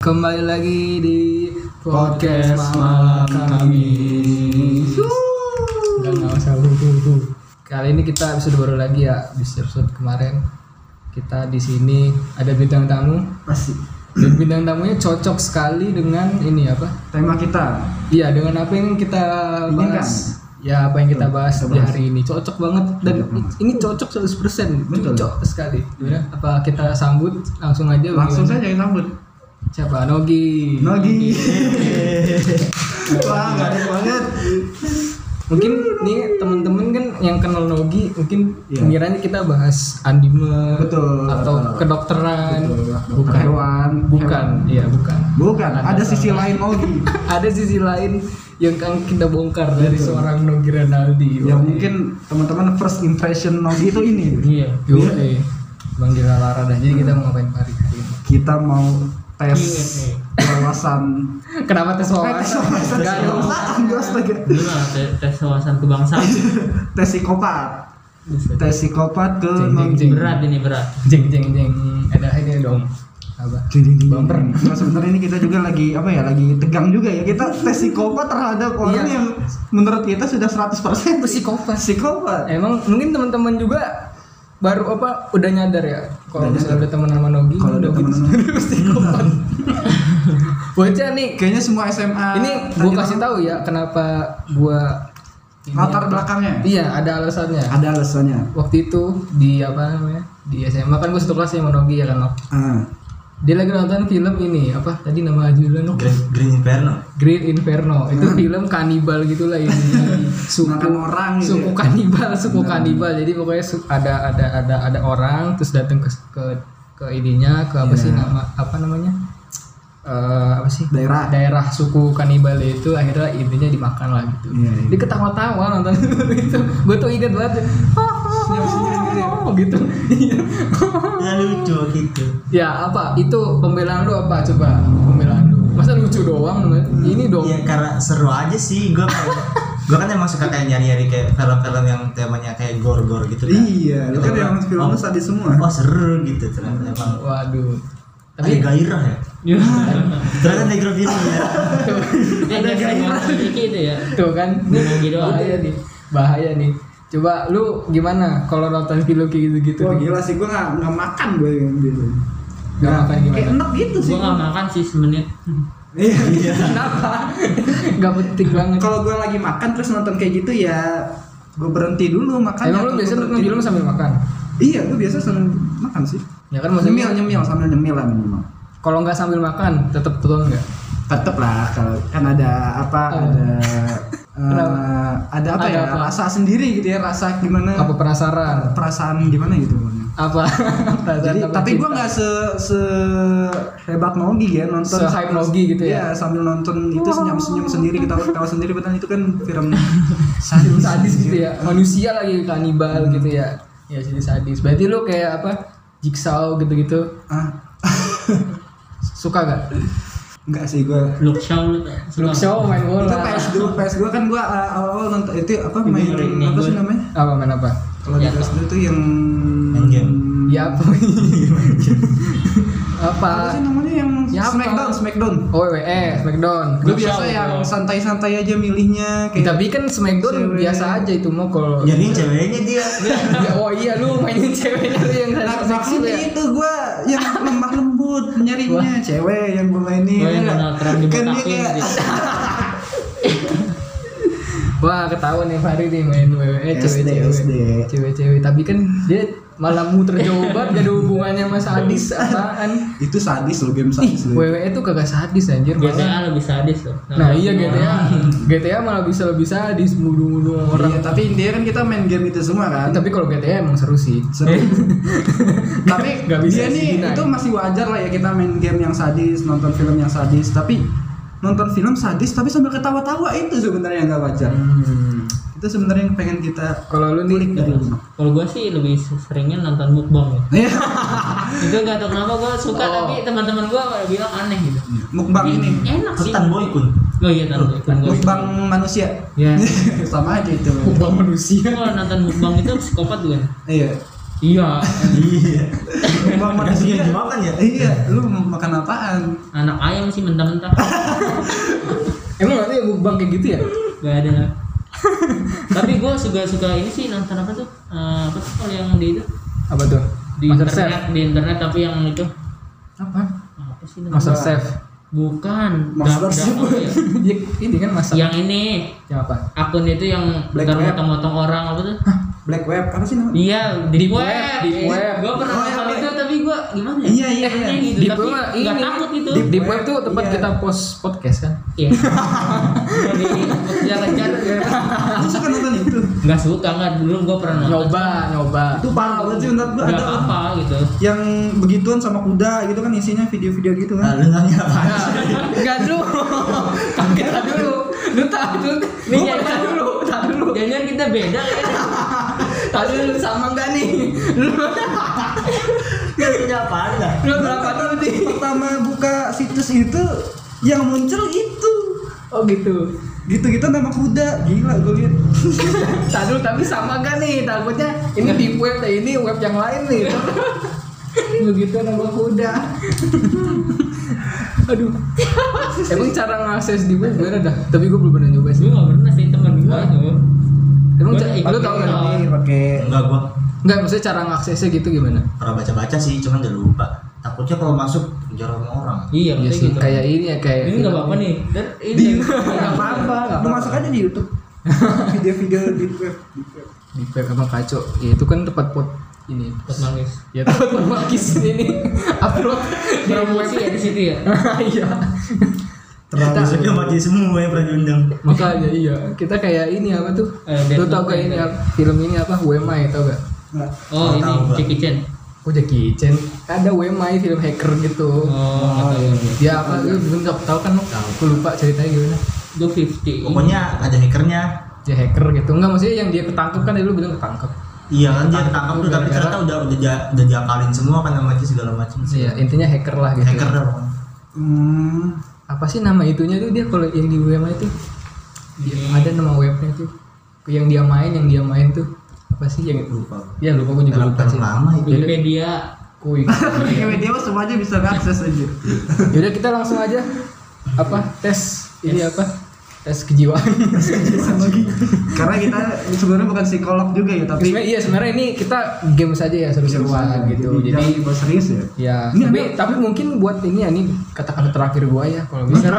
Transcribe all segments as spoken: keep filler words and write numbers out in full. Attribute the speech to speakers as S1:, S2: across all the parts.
S1: Kembali lagi di podcast, podcast malam kami. Enggak enggak usah hu. Kali ini kita episode baru lagi ya. Di episode kemarin kita di sini ada bintang tamu.
S2: Pasti.
S1: Dan bintang tamunya cocok sekali dengan ini apa?
S2: Tema kita.
S1: Iya, dengan apa yang kita bahas. Ya, apa yang kita bahas di hari ini cocok banget dan ini cocok seratus persen. Cocok sekali. Gimana? Apa kita sambut langsung aja?
S2: Langsung saja yang sambut.
S1: Siapa? Nogi.
S2: Nogi. Wah, garing banget.
S1: Mungkin nih teman-teman kan yang kenal Nogi mungkin
S2: ya.
S1: Kiranya kita bahas anime
S2: betul,
S1: atau
S2: betul.
S1: kedokteran.
S2: Betul.
S1: Bukan
S2: Hewan.
S1: Bukan, iya bukan.
S2: Bukan, ada, ada sisi lain Nogi.
S1: Ada sisi lain yang kan kita bongkar dari betul. Seorang Nogi Renaldi.
S2: Ya mungkin teman-teman first impression Nogi itu ini.
S1: Iya. Oke. Bang Dira Lara dah. Jadi kita mau ngapain hari ini?
S2: Kita mau tes wawasan.
S1: Kenapa tes wawasan?
S2: Enggak ada wawasan, astaga.
S3: Gimana tes wawasan kebangsaan?
S2: Tes psikopat. Tes psikopat ke
S1: jeng, jeng,
S3: berat ini berat.
S1: Jeng jeng jeng. Ada ini dong. Apa?
S2: Bumper. Nah, sebenarnya ini kita juga lagi apa ya? Lagi tegang juga ya. Kita tes psikopat terhadap orang iya. Yang menurut kita sudah seratus persen
S1: psikopat.
S2: Psikopat.
S1: Emang mungkin teman-teman juga baru apa udah nyadar ya kalau misalnya udah teman sama Nogi
S2: kalau udah teman sama
S1: psikopat. Bocah nih
S2: kayaknya semua S M A
S1: ini gua kasih tahu ya kenapa gua
S2: latar belakangnya.
S1: Iya, ada alasannya.
S2: Ada alasannya.
S1: Waktu itu di apa namanya? Di S M A kan gua satu kelas sama Nogi ya kan, Nok.
S2: Ah.
S1: Dia lagi nonton film ini apa tadi nama judulnya Nok?
S4: Green, Green Inferno.
S1: Green Inferno. Itu hmm. film kanibal gitulah ini. Suku
S2: orang
S1: suku
S2: gitu ya?
S1: kanibal, suku nah. kanibal. Jadi pokoknya ada ada ada ada orang terus datang ke ke ke ininya ke apa yeah. sih nama apa namanya? Uh, apa sih?
S2: Daerah
S1: daerah suku kanibal itu akhirnya intinya dimakan lah gitu. Yeah, yeah. Dia ketawa-tawa nonton itu. Gue tuh ingat banget.
S2: Senyum-senyum gitu.
S1: gitu.
S4: Ya lucu gitu.
S1: Ya apa? Itu pembelaan lu apa coba? Pembelaan lu. Masa lucu doang? Hmm. Ini dong.
S4: Ya karena seru aja sih. Gue gue kan emang suka kayak nyari-nyari kayak film-film yang temanya kayak gore-gore gitu kan.
S2: Iya, lu kan emang film-film sadis semua.
S4: Oh seru gitu ternyata emang.
S1: Waduh.
S4: Tapi ada gairah ya. Ternyata nekrofilia ya.
S3: Ada gairah gitu ya.
S1: Tuh kan. Bahaya nih. Bahaya nih. Coba lu gimana kalau nonton film kayak gitu-gitu?
S2: Wah gila sih, gue gak, gak makan gue yang gitu.
S1: Gak nah, makan gimana?
S2: Kayak enak gitu sih.
S3: Gue gak makan sih semenit.
S2: Iya iya.
S1: Kenapa? Gak penting banget.
S2: Kalau gue lagi makan terus nonton kayak gitu ya gue berhenti dulu makan.
S1: Emang lu biasa nonton film sambil makan?
S2: Iya, gue biasa sambil makan sih.
S1: Ya kan maksudnya
S2: nyemil-nyemil sambil nyemil lah minimal.
S1: Kalau nggak sambil makan tetap tonton nggak?
S2: Tetep lah, kalau kan ada apa oh. ada uh, ada apa ada ya apa? Rasa sendiri gitu ya, rasa gimana?
S1: Apa penasaran?
S2: Perasaan gimana gitu?
S1: Apa?
S2: Jadi tapi gue nggak se se hebat Nogi ya nonton.
S1: Se hype Nogi gitu ya?
S2: Iya sambil nonton itu senyum-senyum sendiri ketawa-ketawa sendiri, padahal itu kan film
S1: sadis, sadis gitu ya, manusia lagi kanibal hmm. gitu ya. Ya jadi sadis. Berarti lu kayak apa? Jigsaw gitu-gitu?
S2: Ah.
S1: Suka gak?
S2: Enggak sih gue.
S3: Luke Shaw
S1: Luke Shaw main bola.
S2: Itu P S dua, P S dua kan gue uh, awal-awal nonton itu apa main
S3: ini
S2: apa sih namanya?
S1: Apa main apa?
S2: Kalau di P S dua tuh yang
S4: main game.
S1: Ya apa? Apa?
S2: Apa sih namanya yang
S1: ya,
S2: Smackdown,
S1: apa?
S2: Smackdown.
S1: Oh, W W E, Smackdown.
S2: Gue biasa yang santai-santai aja milihnya kayak.
S1: Tapi kan Smackdown cewek. Biasa aja itu mah kalau.
S4: Jadi ceweknya dia.
S1: Ya, oh iya lu mainin ceweknya lu yang
S2: nah, seksi ya. Itu gue yang lemah lembut nyarinya cewek yang gue mainin.
S3: Oh, yang
S2: kan dia kayak
S1: wah ketahuan nih Fahri nih main W W E cewek-cewek, cewek-cewek. Tapi kan dia malah muter jauh banget, gak ada hubungannya sama sadis apaan.
S2: Itu sadis loh, game sadis
S1: loh. W W E tuh kagak sadis anjir.
S3: G T A lebih sadis loh.
S1: Nah, nah iya G T A, G T A malah bisa lebih sadis, bunuh-bunuh orang.
S2: Iya, tapi intinya kan kita main game itu semua kan.
S1: Tapi kalau G T A emang seru sih. Seru.
S2: Tapi gak bisa nih, itu masih wajar lah ya kita main game yang sadis, nonton film yang sadis. Tapi nonton film sadis tapi sambil ketawa-tawa itu sebenarnya nggak wajar. Hmm. Itu sebenarnya yang pengen kita.
S1: Kalau lu nih,
S3: kalau gue sih lebih seringnya nonton mukbang ya. Itu nggak tahu kenapa gue suka, oh. Tapi teman-teman gue bilang aneh gitu.
S2: Mukbang ini
S3: enak sih.
S4: Tan Boy Kun.
S3: Oh iya Tan Boy Kun.
S2: Mukbang manusia.
S3: Ya.
S2: Sama aja itu.
S1: Mukbang manusia.
S3: Kalau nonton mukbang itu psikopat gue.
S2: Iya.
S3: Iya.
S4: Iya.
S2: Bang
S4: Gak sih dimakan ya?
S2: Iya, lu mau makan apaan?
S3: Anak ayam sih mentah-mentah.
S1: Emang ada yang mukbang kayak gitu ya?
S3: Gak ada lah. Tapi gue suka-suka ini sih nonton apa tuh? Uh, apa tuh kalau yang di itu?
S1: Apa tuh?
S3: Di
S1: Master
S3: internet,
S1: Chef.
S3: di internet tapi yang itu
S1: Apa?
S3: apa sih namanya?
S1: Master Chef.
S3: Bukan.
S2: Master
S3: Da- da-
S2: Chef.
S3: apa ya?
S1: Ya, ini kan masak.
S3: Yang ini
S1: Yang apa?
S3: akun itu yang
S2: Black
S3: bentar
S2: Web.
S3: motong-motong orang apa tuh?
S2: Black web apa sih namanya?
S3: Iya,
S1: Deep
S3: di web,
S1: web, deep web.
S3: Gue pernah
S2: Oh,
S3: nonton
S2: iya,
S3: itu tapi gue gimana ya?
S2: Iya, iya,
S3: Tehnya
S2: iya.
S3: gitu,
S1: Deep
S3: tapi
S1: web mah
S3: nggak
S1: ini.
S3: takut gitu.
S1: Deep, deep web tuh tempat
S2: Iya.
S1: kita post podcast kan?
S3: Iya. Di jalan-jalan.
S2: Lu suka nonton itu?
S3: Nggak suka nggak dulu gue pernah nonton.
S1: Nyoba, nyoba.
S2: Itu parah banget sih menurut gua.
S3: Nggak
S2: Ada
S3: apa gitu.
S2: yang begituan sama kuda gitu kan isinya video-video gitu
S4: Nah,
S2: kan.
S4: lu nanya apa?
S1: Enggak dulu. Kaget dulu. Lu tahu dulu.
S3: Nih,
S1: Gua
S3: ya,
S1: tahu
S3: kan?
S1: dulu, tahu dulu.
S3: Jangan kita beda kayaknya.
S1: Tahu dulu sama enggak nih? Lu
S4: Lu nanya apaan dah?
S1: lu berapa dulu nih?
S2: Pertama buka situs itu yang muncul itu
S1: Oh gitu.
S2: gitu-gitu nama kuda, gila gue liat.
S1: Tahu dulu tapi sama enggak nih? Takutnya ini deep web, nah ini web yang lain nih. Begitu nama kuda. Aduh. Emang cara ngakses di web gimana dah? Tapi gue belum pernah nyoba
S3: Gue
S1: sih.
S3: nggak pernah sih teman gue itu.
S1: Emang
S3: Gua
S1: ca-
S3: ikut
S1: lu tau
S3: ikut.
S1: nggak?
S2: Ini pakai
S4: Enggak gua
S1: Enggak, maksudnya cara ngaksesnya gitu gimana?
S4: pernah baca-baca sih, cuman udah lupa. Takutnya kalau masuk kejar sama orang.
S3: Iya,
S1: Iya
S3: maksudnya
S1: sih,
S3: gitu.
S1: kayak ini ya kayak.
S3: Ini nggak apa-apa nih. Dan ini
S2: Di-
S1: Enggak apa-apa, enggak
S2: lu
S1: apa-apa.
S2: masuk aja di YouTube. Video-video di web, di web.
S1: Di web emang kacau. Ya itu kan tempat pot ini.
S3: Pot nangis.
S1: Ya tempat pot makis ini. Upload
S3: Promosi ya di situ ya.
S1: Iya.
S4: Terlalu besoknya mati semua yang pernah diundang.
S1: Makanya iya, kita kayak ini apa tuh?
S3: Eh,
S1: Lu
S3: Death
S1: tau
S3: Note
S1: kayak ini
S3: ya.
S1: apa? Film ini apa? W M I tau gak?
S2: Nah,
S3: Oh,
S4: Nggak tahu
S3: ini
S4: gua.
S3: Jackie Chan.
S1: Oh Jackie Chan. Ada W M I film hacker gitu.
S3: Oh, nggak tahu.
S1: Ya apa? Lu belum tau kan lu? Aku lupa ceritanya gimana.
S3: Dua fifty.
S4: Pokoknya ada hackernya.
S1: Ya hacker gitu. Enggak maksudnya yang dia ketangkep kan tadi lu bilang ketangkep.
S4: Iya kan dia ketangkap tuh, tapi
S1: Gara-gara-
S4: ternyata udah udah dia- udah diakalin semua kan namanya segala macam.
S1: Iya, intinya hacker lah gitu.
S4: Hacker dah pokoknya.
S2: hmm,
S1: Apa sih nama itunya tuh dia kalau yang di W M I itu? Dia, ada nama webnya tuh. Yang dia main, yang dia main tuh apa sih yang
S4: Lupa.
S1: ya lupa gue juga lupa
S4: Film
S1: sih.
S4: lama itu.
S3: Wikipedia.
S1: Kuy.
S2: Wikipedia semuanya bisa akses aja.
S1: Yaudah kita langsung aja apa tes ini apa tes kejiwaan.
S2: Karena kita sebenarnya bukan psikolog juga ya, tapi
S1: Sebenarnya- iya sebenarnya ini kita game saja ya seru-seruan gitu.
S2: Jadi,
S1: Jadi
S2: jangan serius ya.
S1: ya
S2: Ini
S1: tapi,
S2: ada-
S1: tapi mungkin buat ini ya ini kata-kata terakhir gua ya kalau misalnya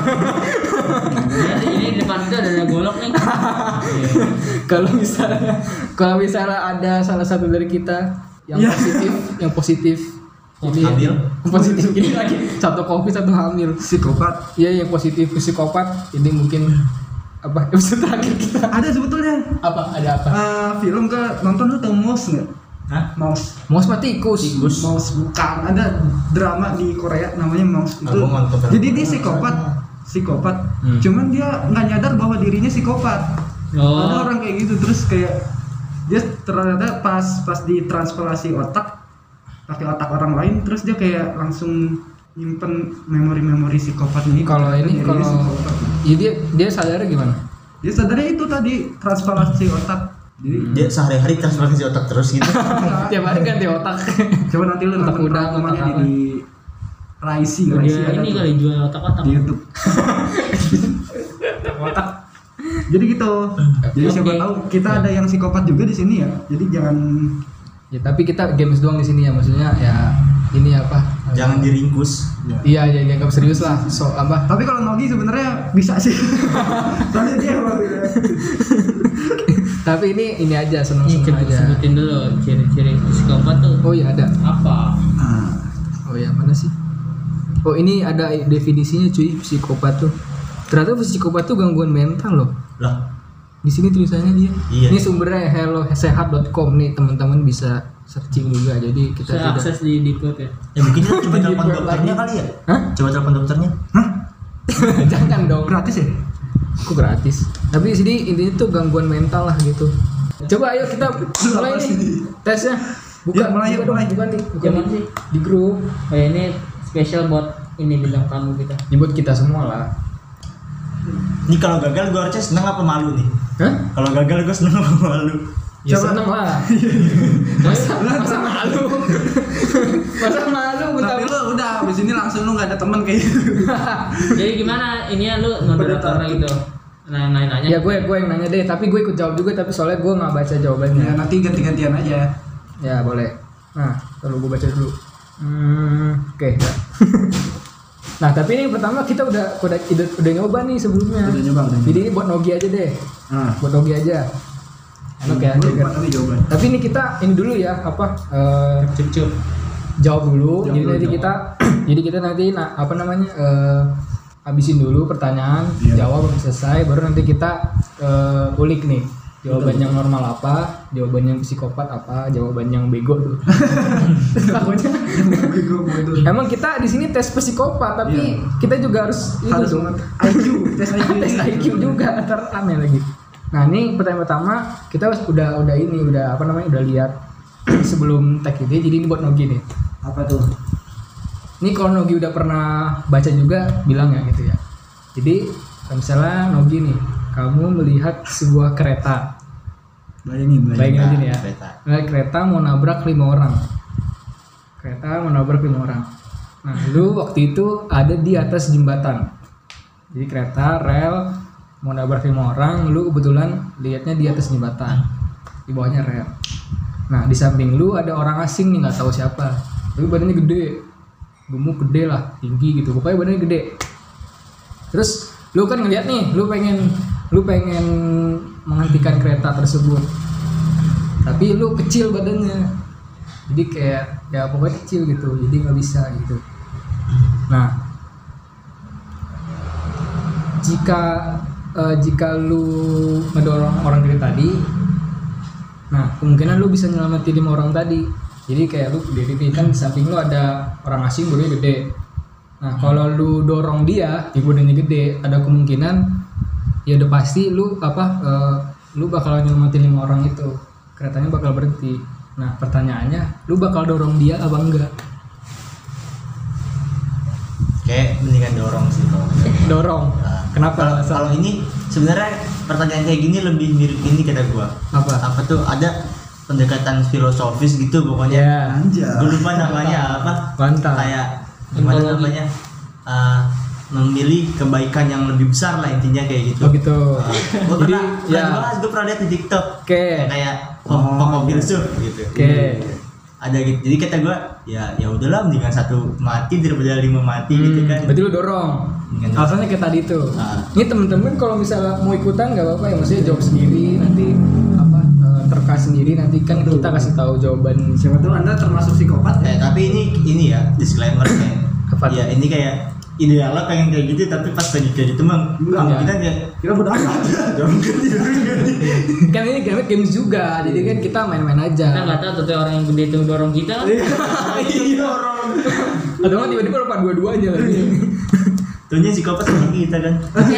S3: Jadi ini di depan itu ada golok nih.
S1: kalau misalnya kalau misalnya ada salah satu dari kita yang
S2: Ya.
S1: positif yang positif ini
S4: Hamil.
S1: yang positif ini lagi satu covid satu hamil
S2: Psikopat.
S1: iya yang positif psikopat ini mungkin apa episode terakhir kita
S2: Ada sebetulnya
S1: apa ada apa
S2: eh, film ke nonton lu tau Mouse nggak?
S4: Hah?
S2: Mouse.
S1: Mouse mah tikus
S2: Mouse bukan, ada drama di Korea namanya Mouse
S4: Ah,
S2: itu.
S4: gua nonton film
S2: Jadi dia
S4: Korea.
S2: psikopat, psikopat.
S1: Hmm.
S2: Cuman dia nggak nyadar bahwa dirinya psikopat. Ada
S3: Oh.
S2: orang kayak gitu terus kayak dia ternyata pas pas ditransplantasi otak pakai otak orang lain terus dia kayak langsung nyimpen memori-memori psikopatnya itu.
S1: kalau ini
S2: Dirinya
S1: kalau
S2: psikopat.
S1: ya dia dia sadarnya gimana
S2: Dia sadarnya itu tadi transplantasi otak. Jadi
S4: Dia sehari-hari transplantasi otak terus gitu.
S1: tiap hari ganti otak
S2: coba nanti lu
S1: Otak
S2: nonton
S1: udang,
S2: rangkumannya
S1: otak
S2: di, di Raisi, Raisi
S3: Dia
S2: ada
S3: ini
S2: tuh
S3: kali jual otak-otak.
S2: di YouTube.
S1: otak
S2: Jadi gitu. Jadi siapa
S3: Oke.
S2: tahu kita ada yang psikopat juga di sini ya. Jadi jangan
S1: ya tapi kita games doang di sini ya maksudnya ya ini apa
S4: Jangan diringkus.
S1: iya ya dianggap serius lah so apa
S2: tapi kalau Nogi sebenarnya bisa sih. Soalnya dia emang gitu.
S1: tapi ini ini aja seneng
S3: Ini
S1: seneng
S3: coba
S1: aja
S3: sebutin dulu ciri-ciri psikopat tuh
S1: oh iya ada
S3: apa?
S2: Ah,
S1: oh ya mana sih oh ini ada definisinya cuy psikopat tuh ternyata psikopat tuh gangguan mental loh
S4: Lah,
S1: di sini tulisannya dia
S4: Iya.
S1: ini sumbernya hello sehat dot com nih teman-teman bisa searching juga jadi kita
S3: Saya
S1: tidak
S3: akses di deep web ya.
S4: ya mungkin kita coba
S1: Di
S4: telepon
S1: web
S4: dokternya
S1: lagi.
S4: kali ya.
S1: Hah?
S4: Coba telepon dokternya.
S2: hah?
S1: jangan dong
S2: Gratis ya?
S1: kok gratis tapi di sini intinya tuh gangguan mental lah gitu coba ayo kita mulai nih tesnya buka
S2: Ya, mulai,
S1: buka dong,
S2: mulai.
S1: buka nih buka
S3: Jangan
S1: di,
S3: sih.
S1: di grup
S3: Oh, ini spesial buat ini bintang tamu kita.
S1: ya buat kita semua lah
S4: Ini kalau gagal gue harusnya seneng apa malu nih?
S1: Hah?
S4: Kalau gagal gue seneng apa malu?
S1: Ya seneng lah. masa, masa malu. Masa malu bentar.
S2: Tapi lu udah abis ini langsung lu gak ada temen kayak gitu.
S3: Jadi gimana ini ya lu moderator gitu? Nanya-nanya.
S1: Ya gue gue yang nanya deh, tapi gue ikut jawab juga, tapi soalnya gue nggak baca jawabannya.
S2: Ya nanti ganti-gantian aja.
S1: Ya boleh. Nah, kalau gue baca dulu. Hmm, oke. Okay. Nah, tapi ini pertama kita udah udah udah, udah nyoba nih sebelumnya.
S2: Udah nyoba, udah nyoba.
S1: Jadi ini buat Nogi aja deh.
S2: Nah,
S1: buat Nogi aja. Enak ya.
S2: Tapi jawaban.
S1: Tapi ini kita ini dulu ya, apa? Uh,
S3: Cup-cup.
S1: Jawab dulu.
S2: Jawab
S1: jadi
S2: dulu,
S1: nanti
S2: jawab.
S1: kita jadi kita nanti nah, apa namanya? Uh, habisin dulu pertanyaan,
S2: Iya.
S1: jawab selesai, baru nanti kita uh, ulik nih. Jawaban yang normal apa, jawaban yang psikopat apa, jawaban yang bego tuh. Takutnya
S2: Bego bodoh.
S1: emang kita di sini tes psikopat, tapi
S2: Iya.
S1: kita juga harus itu
S2: Harus
S1: dong.
S2: I Q, tes I Q.
S1: tes I Q juga, ntar aneh lagi. Nah ini pertanyaan pertama kita udah udah ini udah apa namanya udah lihat sebelum tag ini, jadi ini buat Nogi nih.
S2: Apa tuh?
S1: Ini kalau Nogi udah pernah baca juga bilang ya gitu ya. Jadi kalau misalnya Nogi nih, kamu melihat sebuah kereta.
S2: Bayangin, bayangin.
S1: Bayangin aja nih ya.
S4: Kereta.
S1: Nah, kereta mau nabrak lima orang. Kereta mau nabrak lima orang. Nah, lu waktu itu ada di atas jembatan. Jadi kereta rel mau nabrak lima orang, lu kebetulan lihatnya di atas jembatan. Di bawahnya rel. Nah, di samping lu ada orang asing nih, nggak tahu siapa. Tapi badannya gede. Gemuk gede lah, tinggi gitu. Pokoknya badannya gede. Terus lu kan ngeliat nih, lu pengen lu pengen menghentikan kereta tersebut. Tapi lu kecil badannya. Jadi kayak ya pokoknya kecil gitu. Jadi nggak bisa gitu. Nah, jika uh, jika lu ngedorong orang gede tadi, nah kemungkinan lu bisa nyelamatin lima orang tadi. Jadi kayak lu berdiri kan di samping lu ada orang asing badannya gede. Nah kalau lu dorong dia, ya badannya gede, ada kemungkinan ya udah pasti lu apa uh, lu bakal nyelamatin lima orang itu, keretanya bakal berhenti. Nah pertanyaannya, lu bakal dorong dia apa enggak?
S4: Kayak mendingan dorong sih kalau.
S1: Dorong.
S4: Nah,
S1: Kenapa?
S4: Kalau kalau ini sebenarnya pertanyaan kayak gini lebih mirip ini kata gua.
S1: Apa?
S4: Apa tuh ada pendekatan filosofis gitu pokoknya.
S1: Ya.
S2: Anjay.
S4: Gue lupa namanya apa.
S1: Mantap.
S4: Kayak gimana
S3: Ontologi.
S4: namanya? Uh, memilih kebaikan yang lebih besar lah intinya kayak gitu.
S1: Oh gitu.
S4: Uh, gue
S1: Jadi,
S4: pernah,
S1: ya.
S4: pernah bahas, gue pernah lihat di TikTok.
S1: Oke.
S4: Kayak
S2: Oh.
S4: pokok filsuf gitu.
S1: Oke.
S4: Ada gitu. Jadi kata gue, ya ya udahlah mendingan satu mati daripada lima mati gitu kan.
S1: Berarti lu dorong.
S4: Mendingan
S1: Alasannya kayak tadi tuh.
S4: Ah.
S1: Ini temen-temen kalau misalnya mau ikutan nggak apa-apa ya, maksudnya jawab sendiri nanti apa eh, terka sendiri nanti kan kita kasih tahu jawaban.
S2: Siapa tahu Anda termasuk psikopat ya?
S4: Eh tapi ini ini ya disclaimer kayak.
S1: Apa?
S4: Ya ini kayak idealnya pengen kayak gitu tapi pas lagi kayak gitu mah
S2: Enggak.
S4: kita kayak
S2: Kita bodoh amat.
S4: jangan gitu.
S1: Kan ini game games juga, jadi kan kita main-main aja.
S3: Kita nggak tahu tuh orang yang gede itu dorong kita kan.
S4: Iya orang.
S1: Atau kan tiba-tiba lupa dua-duanya lagi.
S4: Tuhnya psikopat sama kita kan.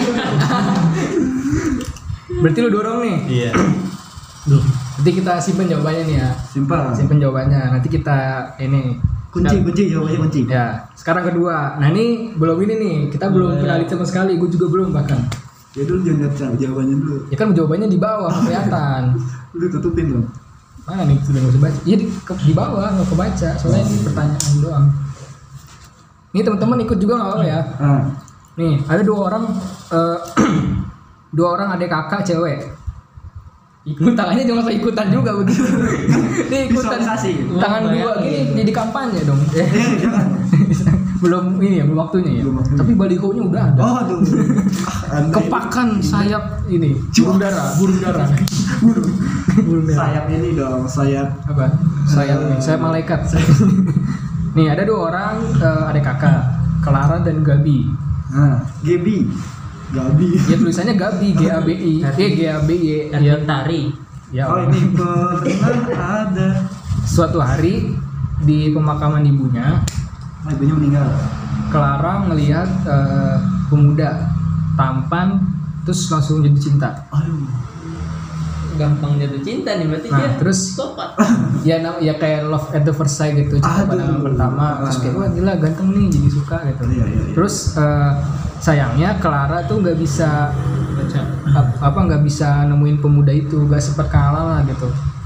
S1: Berarti lu dorong nih.
S4: Iya.
S1: Duh. Nanti kita simpen jawabannya nih ya.
S2: Simpel.
S1: Simpen jawabannya. Nanti kita ini
S2: Kunci,
S1: Sekarang-
S2: kunci, jawabannya kunci.
S1: Ya, sekarang kedua. Nah ini belum ini nih, kita belum
S3: Belum.
S1: kenali sama sekali. Gue juga belum bahkan.
S2: Ya dulu jangan lihat jawabannya dulu.
S1: Ya kan jawabannya di bawah nggak kelihatan.
S2: Lu tutupin dong.
S1: Mana nih sudah nggak bisa baca? Iya di, ke- di bawah nggak kebaca. Soalnya ini pertanyaan doang. Ini teman-teman ikut juga nggak apa ya?
S2: Ah.
S1: Nih ada dua orang, eh, dua orang adik kakak cewek. Lu tangannya jangan sampai ikutan juga begitu. Nih ikutan
S2: Visualisasi.
S1: tangan dua gini jadi kampanye dong.
S2: Eh, jangan.
S1: belum ini ya belum waktunya ya.
S2: Belum waktunya.
S1: Tapi balihonya udah ada.
S2: Oh, aduh. Ah, Anda
S1: Kepakan sayap ini burung dara, burung dara. burung, burung
S2: ini-
S1: dara.
S2: sayap ini dong, sayap.
S1: Apa? Sayap nih, sayap malaikat. Nih ada dua orang eh, adik kakak, Clara dan Gabi.
S2: Nah, Gabi. Gabi.
S1: Ya tulisannya Gabi, G A B I, eh G A B Y. Ya,
S3: Erwin Tari.
S1: ya.
S2: Oh, ini pernah ada.
S1: Suatu hari di pemakaman ibunya,
S2: Oh, ibunya meninggal.
S1: Clara ngelihat eh, pemuda tampan, terus langsung jadi cinta.
S2: Aduh.
S3: Gampang jatuh cinta nih berarti
S1: Nah,
S3: dia
S1: terus-
S3: psikopat.
S1: Ya, na- ya kayak love at the first sight gitu, cinta
S2: Aduh.
S1: pandangan pertama. Terus kayak wah gila ganteng nih, jadi suka gitu.
S2: Iya, iya, iya.
S1: Terus eh, sayangnya Clara tuh nggak bisa
S3: Baca.
S1: ap- apa nggak bisa nemuin pemuda itu, nggak sempat kalah lah gitu.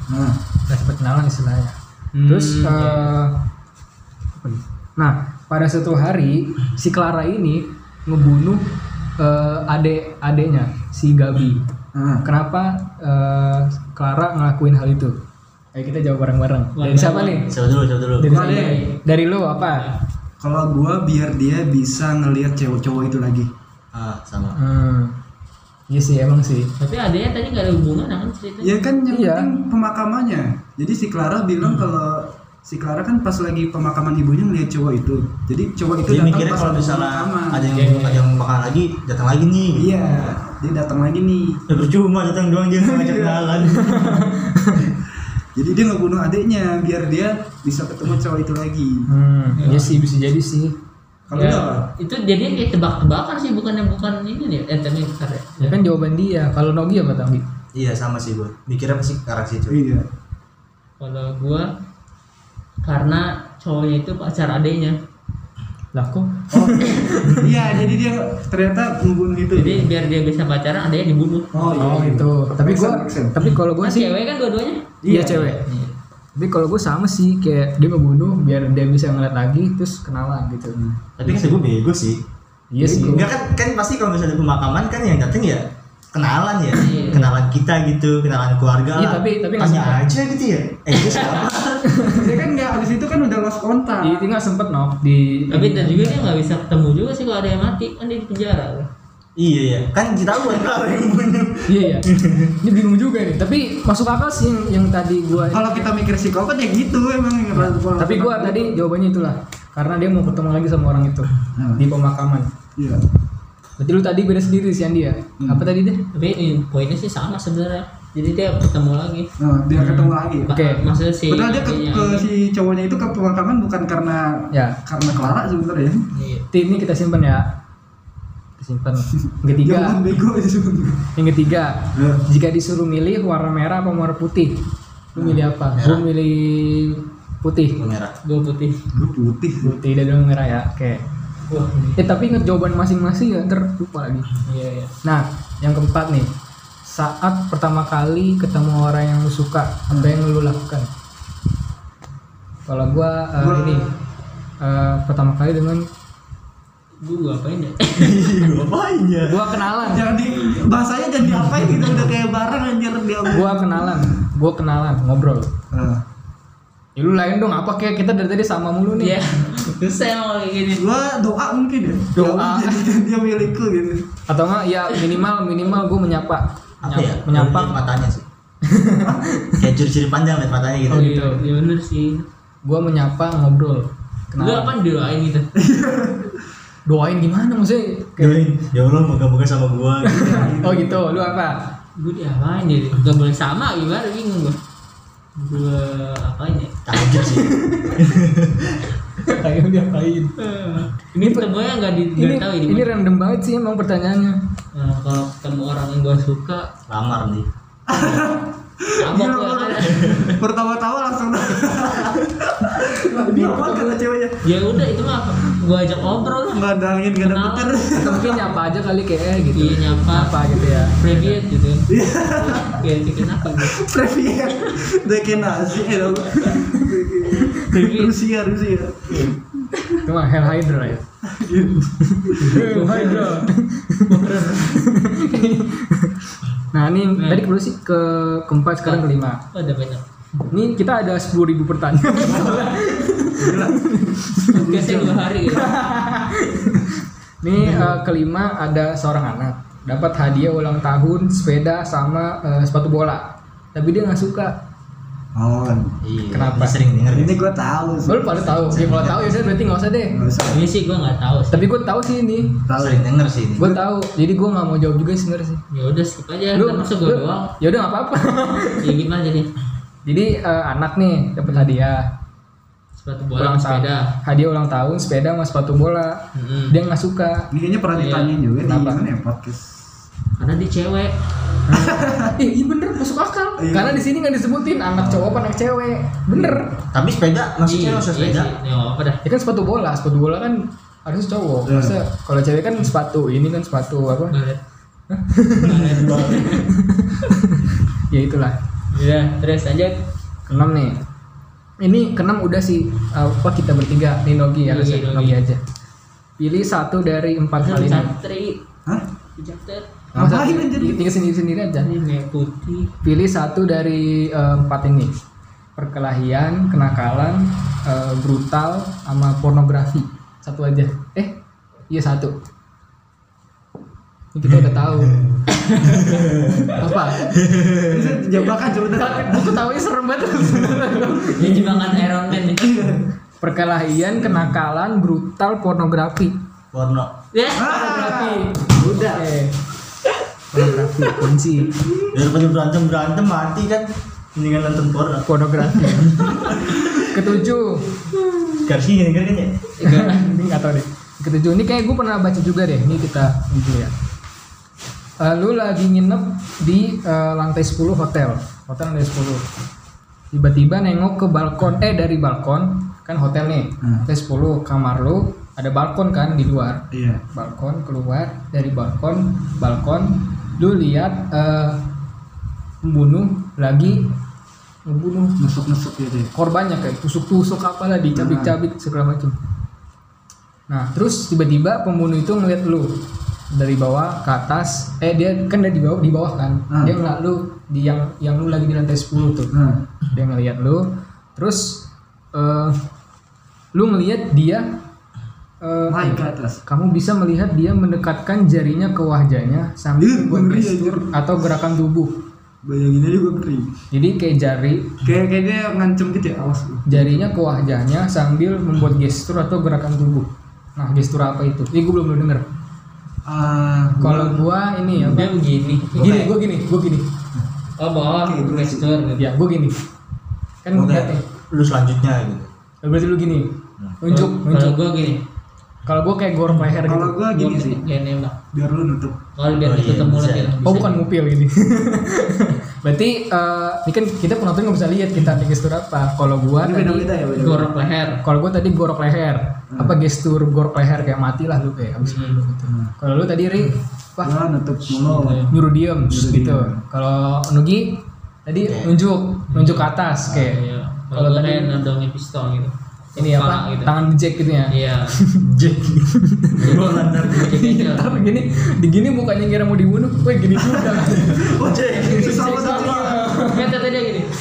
S2: Nah,
S1: Udah sempet kenalan istilahnya.
S3: Hmm,
S1: Terus
S3: iya.
S1: eh, apa nih? Nah, pada suatu hari si Clara ini ngebunuh eh, adek-adeknya si Gabi.
S2: nah.
S1: Kenapa eh, Clara ngelakuin hal itu? Ayo kita jawab bareng-bareng. Dari siapa nih?
S4: Siapa dulu, siapa dulu?
S1: Dari
S2: Gua
S1: siapa?
S2: deh.
S1: Dari lo apa?
S2: Kalau gua biar dia bisa ngelihat cowok-cowok itu lagi.
S4: Ah, sama.
S1: Hmm. Iya sih emang sih.
S3: Tapi adanya tadi nggak ada hubungan kan ceritanya.
S2: Ya kan yang
S1: Iya.
S2: penting pemakamannya. Jadi si Clara bilang kalau si Clara kan pas lagi pemakaman ibunya ngeliat cowok itu. Jadi cowok itu
S4: Dia
S2: datang
S4: mikirnya
S2: pas
S4: kalau
S2: lagi
S4: misalnya
S2: pemakaman.
S4: ada yang ada yang bakal lagi, datang lagi nih.
S2: Iya, dia datang lagi nih.
S4: Ya percuma datang doang dia nggak ngajak kenalan.
S2: Jadi dia ngebunuh adiknya biar dia bisa ketemu cowok itu lagi.
S1: Hmm. Iya sih bisa jadi sih.
S2: Kalau
S3: Ya,
S2: lu apa?
S3: itu jadinya kayak tebak-tebakan sih, bukannya bukan ini nih. Eh tapi bentar ya.
S1: Ya kan jawaban dia. Kalau Nogi apa Tanggi?
S4: Iya sama sih gua. Mikirnya pasti ke arah situ.
S2: Iya.
S3: Kalau gua karena cowoknya itu pacar adeknya.
S1: Lah kok?
S2: Oh, iya. Jadi dia ternyata ngebunuh itu.
S3: Jadi biar dia bisa pacaran adeknya dibunuh.
S2: oh, iya.
S1: Oh itu. Tapi
S2: Make
S1: gua
S2: sense, make sense.
S1: tapi kalau gua
S3: Kan
S1: sih
S3: cewek kan dua-duanya.
S1: iya
S2: Iya.
S1: cewek. Tapi kalau gue sama sih kayak dia ngebunuh biar dia bisa ngeliat lagi terus kenalan gitu.
S4: Tapi kan gue bego sih.
S1: Iya sih.
S4: Enggak kan kan pasti kalau misalnya pemakaman kan yang dateng ya kenalan ya,
S3: Iya.
S4: kenalan kita gitu, kenalan keluarga
S1: Iya,
S4: lah.
S1: tapi- tapi nggak
S4: tanya
S1: sempat.
S4: aja gitu ya. Eh itu siapa?
S2: Dia kan nggak habis itu kan udah lost kontak.
S1: Di nggak sempet nok di.
S3: Tapi dan juga dia nggak bisa ketemu juga sih kalau ada yang mati kan dia di penjara.
S4: Iya ya, kan kita tahu kan kalau yang bunuh.
S1: Iya iya. Ini bingung juga nih. Tapi masuk akal sih yang, yang tadi gue.
S2: Kalau kita mikir psikopat ya gitu emang yang rasa-
S1: Tapi gue tadi jawabannya itulah karena dia mau ketemu lagi sama orang itu
S2: Hmm.
S1: di pemakaman.
S2: Iya.
S1: Berarti lu tadi beda sendiri sih Andi ya.
S2: Hmm.
S1: Apa tadi deh?
S3: Tapi ini poinnya sih sama sebenarnya. Jadi dia ketemu lagi.
S2: Nah, dia ketemu lagi.
S1: Oke.
S3: Maksudnya si
S2: Padahal dia ke,
S3: adeknya
S2: ke
S3: ini.
S2: si cowoknya itu ke pemakaman bukan karena
S1: Ya.
S2: karena Clara sebenarnya.
S3: Iya.
S1: Ini kita simpen ya. Kita simpen. Yang ketiga.
S2: Jangan bego itu sebenarnya.
S1: Yang ketiga.
S2: Ya.
S1: Jika disuruh milih warna merah apa warna putih, lu milih apa?
S4: Merah.
S1: Gue milih putih.
S4: Merah.
S3: Gue putih.
S2: Gue putih.
S1: Putih dan dulu merah ya. Oke.
S3: Wah. ini.
S1: Eh tapi inget jawaban masing-masing ya, ntar lupa lagi.
S3: Iya iya.
S1: Nah, yang keempat nih. Saat pertama kali ketemu orang yang lu suka, apa yang lu lakukan? Kalau gua, eh,
S2: Gua-
S1: ini eh, pertama kali dengan
S3: Gue ngapain ya?
S4: Ngapain ya?
S1: gua kenalan.
S2: Jangan di bahasanya jangan diapain gitu udah kayak barang anjir dia.
S1: Gua kenalan. Gua kenalan, ngobrol.
S2: Nah,
S1: Ya lu lain dong, apa kayak kita dari tadi sama mulu nih.
S3: Iya. Susah emang kayak gini.
S2: gua doa mungkin ya.
S1: Doa.
S2: Ya, jadi dia milikku gitu.
S1: Atau enggak ya minimal minimal gua menyapa.
S4: Apa ya?
S1: Menyapa.
S4: Lihat matanya sih. Kayak curi-curi panjang lihat matanya gitu.
S1: Oh, gitu.
S3: Iya, iya bener sih.
S1: Gua menyapa, ngobrol.
S3: Gue
S1: Kenalan.
S3: apa didoain gitu.
S1: Doain gimana maksudnya?
S4: Doain, ya Allah moga-moga sama gua. Gitu.
S1: Oh gitu, lu apa?
S3: Gue diapain ya? Gak boleh sama gimana bingung gue. Gue apain ya?
S4: Kaget sih.
S1: Kayak diapain?
S3: Ini ketemunya nggak di
S1: Ini
S3: nggak tahu ini.
S1: ini random banget sih emang pertanyaannya.
S3: Nah, kalau ketemu orang yang gue suka,
S4: Lamar nih.
S3: abok
S2: Gila,
S3: gue
S2: gua- Pertama-tama langsung. Dia apa kata ceweknya?
S3: ya udah itu mah gue ajak ngobrol lah.
S2: Nggak ada angin, nggak ada
S3: Kenal.
S2: petir.
S1: Atau mungkin nyapa aja kali kayak eh, gitu.
S3: Iya, nyapa.
S1: Nyapa gitu ya.
S3: Previous gitu.
S2: Iya.
S3: Kayak cikin apa gitu.
S2: Premier. Deken nasi ya dong. Rusia, Rusia.
S1: Itu mah Hell Hydra ya. Hell Hydra. Nah ini
S3: Nah.
S1: tadi kedua sih ke keempat sekarang kelima.
S3: Oh, ada banyak.
S1: Ini kita ada sepuluh ribu pertanyaan.
S3: Biasanya dua hari gitu.
S1: Ini eh, kelima ada seorang anak dapat hadiah ulang tahun sepeda sama eh, sepatu bola. Tapi dia nggak suka.
S2: Oh,
S4: Iya.
S1: Kenapa?
S4: dia sering denger.
S2: ini gua tahu. sih.
S1: Lu pada tahu. Ya kalau tahu ya udah berarti nggak usah deh.
S2: Nggak usah.
S3: Ini sih gue nggak tahu sih.
S1: Tapi gue tahu sih ini.
S2: Tahu.
S4: Sering denger sih ini.
S1: Gue tahu. Jadi gue nggak mau jawab juga sih sebenarnya sih.
S3: Ya udah skip aja. Lu masuk gue doang.
S1: Ya udah nggak apa-apa.
S3: Ya gimana jadi?
S1: Jadi eh, anak nih dapat hadiah
S3: Sepatu bola
S1: ulang
S3: sama sepeda.
S1: tahun. Hadiah ulang tahun sepeda sama sepatu bola.
S3: Mm-mm.
S1: Dia nggak suka.
S2: Ini kayaknya pernah
S3: Iya.
S2: ditanyain juga di
S1: Kenapa?
S2: mana ya podcast.
S3: Karena dia cewek.
S1: Eh, iya bener masuk akal.
S2: Iya.
S1: Karena di sini nggak disebutin anak cowok apa anak cewek. Bener.
S4: Tapi sepeda, maksudnya
S3: Iya,
S4: maksud
S3: iya
S4: sepeda.
S3: sih. Ya apa dah.
S1: Ya kan sepatu bola. Sepatu bola kan harus cowok.
S2: Iya.
S1: Masa kalau cewek kan sepatu. Ini kan sepatu apa?
S3: Balet. Balet.
S1: Ya itulah.
S3: Iya, terus lanjut.
S1: Keenam nih. Ini keenam udah sih apa kita bertiga nih Nogi ya,
S3: Nogi,
S1: Nogi,
S3: Nogi.
S1: Nogi aja. Pilih satu dari empat hal ini.
S3: Cantri.
S2: Hah?
S3: Catet.
S1: Masa
S2: Ngapain anjir?
S1: tinggal sendiri-sendiri aja.
S3: Ini merah putih.
S1: Pilih satu dari eh, empat ini. Perkelahian, kenakalan, eh, brutal, sama pornografi. Satu aja. Eh, iya satu. Ini kita udah tahu. Apa?
S2: Bisa jebakan sebenarnya.
S1: Gue ketahunya serem banget.
S3: Ini jebakan Iron Man nih.
S1: Perkelahian, kenakalan, brutal, pornografi.
S4: Porno.
S3: Ya.
S1: Pornografi.
S2: Udah.
S1: Oke. Pornografi kunci.
S4: Daripada berantem berantem mati kan. Mendingan nonton porno.
S1: Pornografi. Ketujuh.
S4: Garsi gini kan ya.
S1: Ini nggak tahu deh. Ketujuh ini kayak gue pernah baca juga deh. Ini kita ini ya. Eh, lu lagi nginep di eh, lantai sepuluh hotel. Hotel lantai sepuluh. Tiba-tiba nengok ke balkon. Eh dari balkon kan hotel nih.
S2: Hmm.
S1: Lantai sepuluh kamar lu ada balkon kan di luar.
S2: Iya.
S1: Balkon keluar dari balkon balkon lu lihat eh, pembunuh lagi ngebunuh
S2: Nusuk-nusuk gitu. Ya.
S1: korbannya kayak tusuk-tusuk apalah dicabik-cabik segala macam. Nah terus tiba-tiba pembunuh itu ngeliat lu dari bawah ke atas. Eh dia kan dari di bawah di bawah kan.
S2: Hmm.
S1: Dia ngeliat lu di yang yang lu lagi di lantai sepuluh tuh.
S2: Nah,
S1: Dia ngeliat lu. Terus eh, lu ngeliat dia. eh,
S2: naik ke atas.
S1: Kamu bisa melihat dia mendekatkan jarinya ke wajahnya sambil
S2: Ih,
S1: membuat
S2: ngeri,
S1: gestur atau gerakan tubuh.
S2: Bayangin aja gue ngeri.
S1: Jadi kayak jari
S2: Kayak kayak dia ngancem gitu ya, awas lu.
S1: jarinya ke wajahnya sambil membuat gestur atau gerakan tubuh. Nah, gestur apa itu? Ini gue belum belum denger.
S2: Ah, gua-
S1: Kalau gua ini ya,
S3: Dia begini.
S1: gini, gua gini, gua gini.
S3: Oh, bawah
S2: Oke, gua
S3: gestur gitu.
S1: Ya, gua gini. Kan
S4: Oke.
S1: lihat nih.
S4: Lu selanjutnya gitu.
S1: Berarti lu gini. Nunjuk,
S3: Kalau
S1: nunjuk.
S3: gua gini.
S1: Kalau gua kayak gorok leher gitu.
S2: kalau gua gini
S3: Gua
S2: sih,
S3: Gini nembak.
S2: biar lu nutup.
S3: Kalau biar
S4: Oh, iya,
S3: ketemu mulut
S4: bisa.
S3: gitu.
S1: Oh, bukan ngupil gini. Berarti eh, ini kan kita penonton nggak bisa lihat kita ada gestur apa. Kalau gua
S2: Ini
S1: tadi,
S2: beda-beda ya, beda.
S3: Gorok leher.
S1: kalau gua tadi gorok leher.
S2: Hmm.
S1: Apa gestur gorok leher kayak mati lah lu kayak abis dulu gitu. Kalau lu tadi Ri, wah
S2: Gua nutup mulut.
S1: nyuruh diem
S2: Nyuruh
S1: gitu.
S2: diem.
S1: Kalau Nugi tadi
S4: Oke.
S1: nunjuk, nunjuk ke atas kayak.
S3: Iya.
S1: Kalau
S3: Kalau
S1: tadi
S3: kayak nodongin pistol gitu.
S1: ini apa?
S3: Kepala gitu.
S1: Tangan jack gitu ya.
S3: Iya.
S4: Jack. Gua lantar
S3: Gitu.
S1: Ntar gini, di gini mukanya ngira mau dibunuh, gue gini juga.
S2: Oh, Jack, itu sama tuh.
S3: Kan tadi dia gini.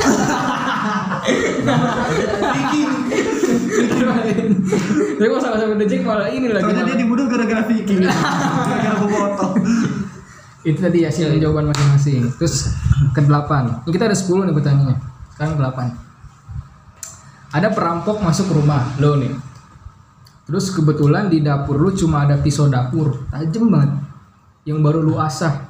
S1: Tapi kalau sama-sama The Jack malah ini lagi.
S2: Soalnya dia dibunuh gara-gara Viking. Gara-gara bobotoh.
S1: Itu tadi hasil jawaban masing-masing. Terus ke delapan. Ini kita ada sepuluh nih pertanyaannya. Sekarang delapan. Ada perampok masuk ke rumah lo nih. Terus kebetulan di dapur lu cuma ada pisau dapur, tajam banget, yang baru lu asah,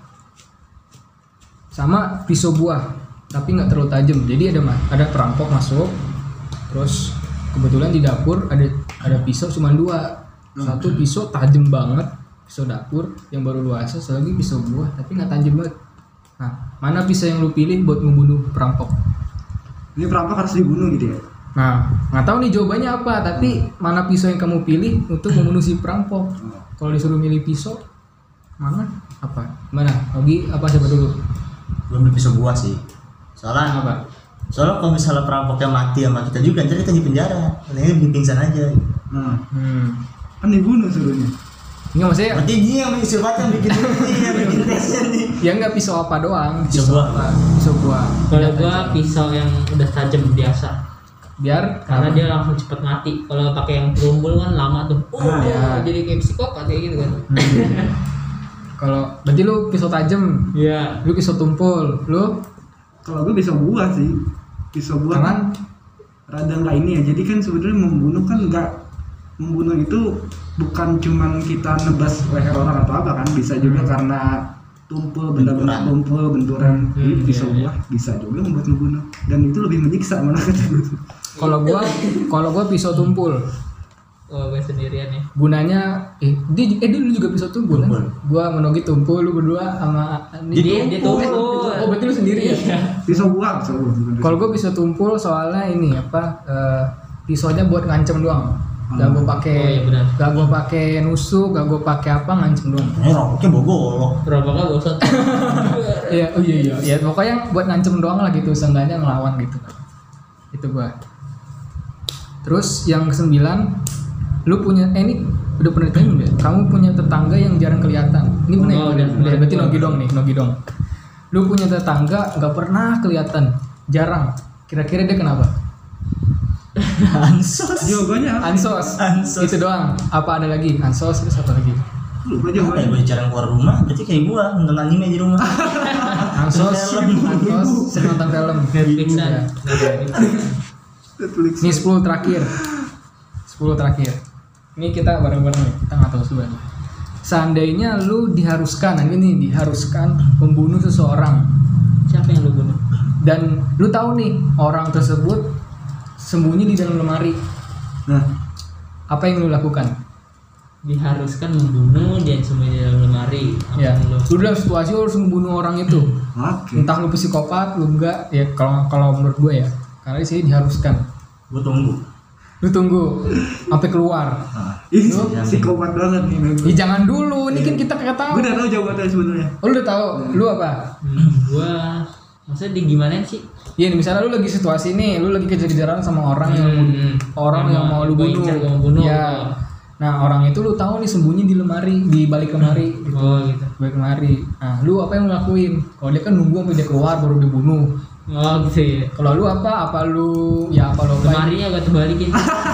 S1: sama pisau buah, tapi nggak terlalu tajam. Jadi ada ma- ada perampok masuk, terus kebetulan di dapur ada ada pisau cuma dua, satu pisau tajam banget, pisau dapur yang baru lu asah, satu lagi pisau buah, tapi nggak tajam banget. Nah, mana pisau yang lu pilih buat ngebunuh perampok?
S2: Ini perampok harus dibunuh gitu ya.
S1: Nah, nggak tahu nih jawabannya apa, tapi mana pisau yang kamu pilih untuk membunuh si perampok? Kalau disuruh milih pisau, mana? Apa? Mana? Ogi apa siapa dulu?
S4: Belum bisa buah sih. Soalnya
S1: Apa?
S4: Soalnya kalau misalnya perampoknya mati sama kita juga, ntar kita di penjara. Mendingan bikin pingsan aja.
S2: Nah,
S1: Hmm.
S2: kan dibunuh suruhnya.
S1: Ini maksudnya
S4: Berarti dia yang bikin surat yang bikin ini, yang bikin tesnya nih.
S1: ya nggak pisau apa doang?
S4: Pisau buah.
S1: apa? Pisau buah.
S3: Kalau gua pisau yang udah tajam biasa.
S1: Biar
S3: Karena dia langsung cepet mati. Kalau pakai yang perumbul kan lama tuh. Oh,
S2: Ah,
S1: ya.
S3: jadi kayak psikopat kayak gitu kan.
S1: Hmm. Kalau berarti lu pisau tajam,
S3: Iya.
S1: lu pisau tumpul, lu
S2: Kalau gue pisau buah sih. Pisau buah
S1: Karena?
S2: kan rada nggak ini ya. Jadi kan sebenarnya membunuh kan nggak membunuh itu bukan cuman kita nebas leher orang atau apa kan, bisa juga karena tumpul benda-benda
S4: Benturan.
S2: tumpul benturan.
S3: Hmm,
S2: Jadi pisau
S3: iya, iya.
S2: buah bisa juga membuat ngebunuh dan itu lebih menyiksa malah kata gue.
S1: kalau gua kalau gua pisau tumpul.
S3: Oh, gue sendirian ya.
S1: Gunanya eh dia eh dia lu juga pisau tumpul kan?
S4: Tumpul.
S1: Gua menogi tumpul, lu berdua sama
S3: Dia- dia tumpul.
S1: Oh, berarti lu sendiri ya?
S3: Iya.
S2: Pisau buah, pisau buah. bukan pisau.
S1: Kalau gue pisau tumpul soalnya ini apa eh, pisaunya buat ngancem doang. Gak gue pakai,
S3: Oh, iya benar.
S1: gak gue pakai nusuk, gak gue pakai apa, ngancem doang.
S4: Ini rokoknya bogolok.
S3: Rokoknya gosot.
S1: Iya, oh iya iya, ya pokoknya buat ngancem doang lah gitu, seenggaknya ngelawan gitu. Itu gua. Terus yang kesembilan, lu punya, eh ini udah pernah ditanya belum ya? Kamu punya tetangga yang jarang kelihatan. Ini bener
S3: Oh,
S1: ya?
S3: udah, udah.
S1: Berarti Nogi dong nih, Nogi dong. Lu punya tetangga nggak pernah kelihatan, jarang. Kira-kira dia kenapa?
S4: Ansos.
S2: Jawabannya apa?
S1: Ansos.
S4: Ansos.
S1: Itu doang. Apa ada lagi? Ansos terus apa lagi?
S2: Lupa
S4: Apa ya,
S2: jawabannya.
S4: gue jarang keluar rumah, berarti kayak gua nonton anime di rumah.
S1: Ansos,
S4: Film.
S1: Ansos, sering nonton film.
S3: Netflixan.
S1: Iya.
S2: Netflix.
S1: Ini sepuluh terakhir. sepuluh terakhir. Ini kita bareng-bareng nih. Kita nggak tahu sebenarnya. Seandainya lu diharuskan, nah ini nih, diharuskan membunuh seseorang
S3: Siapa yang lu bunuh?
S1: dan lu tahu nih orang tersebut sembunyi di dalam lemari.
S2: Nah,
S1: Apa yang lu lakukan?
S3: Diharuskan membunuh dia sembunyi di dalam lemari. Apa
S1: Ya,
S3: yang lu?
S1: lu dalam situasi lu harus membunuh orang itu.
S2: oke.
S1: Entah lu psikopat, lu enggak, ya kalau kalau menurut gue ya. Karena di sini diharuskan.
S4: Gua tunggu.
S1: Lu tunggu sampai keluar.
S4: Nah,
S2: Ih,
S1: Lu?
S2: psikopat banget nih.
S1: Ya jangan dulu, ini kan kita kagak tahu.
S2: Gue udah tahu jawabannya sebenarnya.
S1: Oh, lu udah tahu. Lu apa?
S3: Hmm, gua maksudnya di gimana sih?
S1: Iya, nih, misalnya lu lagi situasi nih, lu lagi kejar-kejaran sama orang yang
S3: Hmm,
S1: orang
S3: yang
S1: yang mau lu
S3: mau
S1: bunuh.
S3: incar, mau bunuh,
S1: Ya.
S3: gitu.
S1: Nah, orang itu lu tahu nih sembunyi di lemari, di balik lemari gitu.
S3: Oh gitu.
S1: Balik lemari. Nah, lu apa yang lu lakuin? Kalau dia kan nunggu sampai dia keluar baru dibunuh.
S3: Oh gitu ya.
S1: Kalau lu apa? Apa lu ya apa lu apain?
S3: Lemarinya gua terbalikin.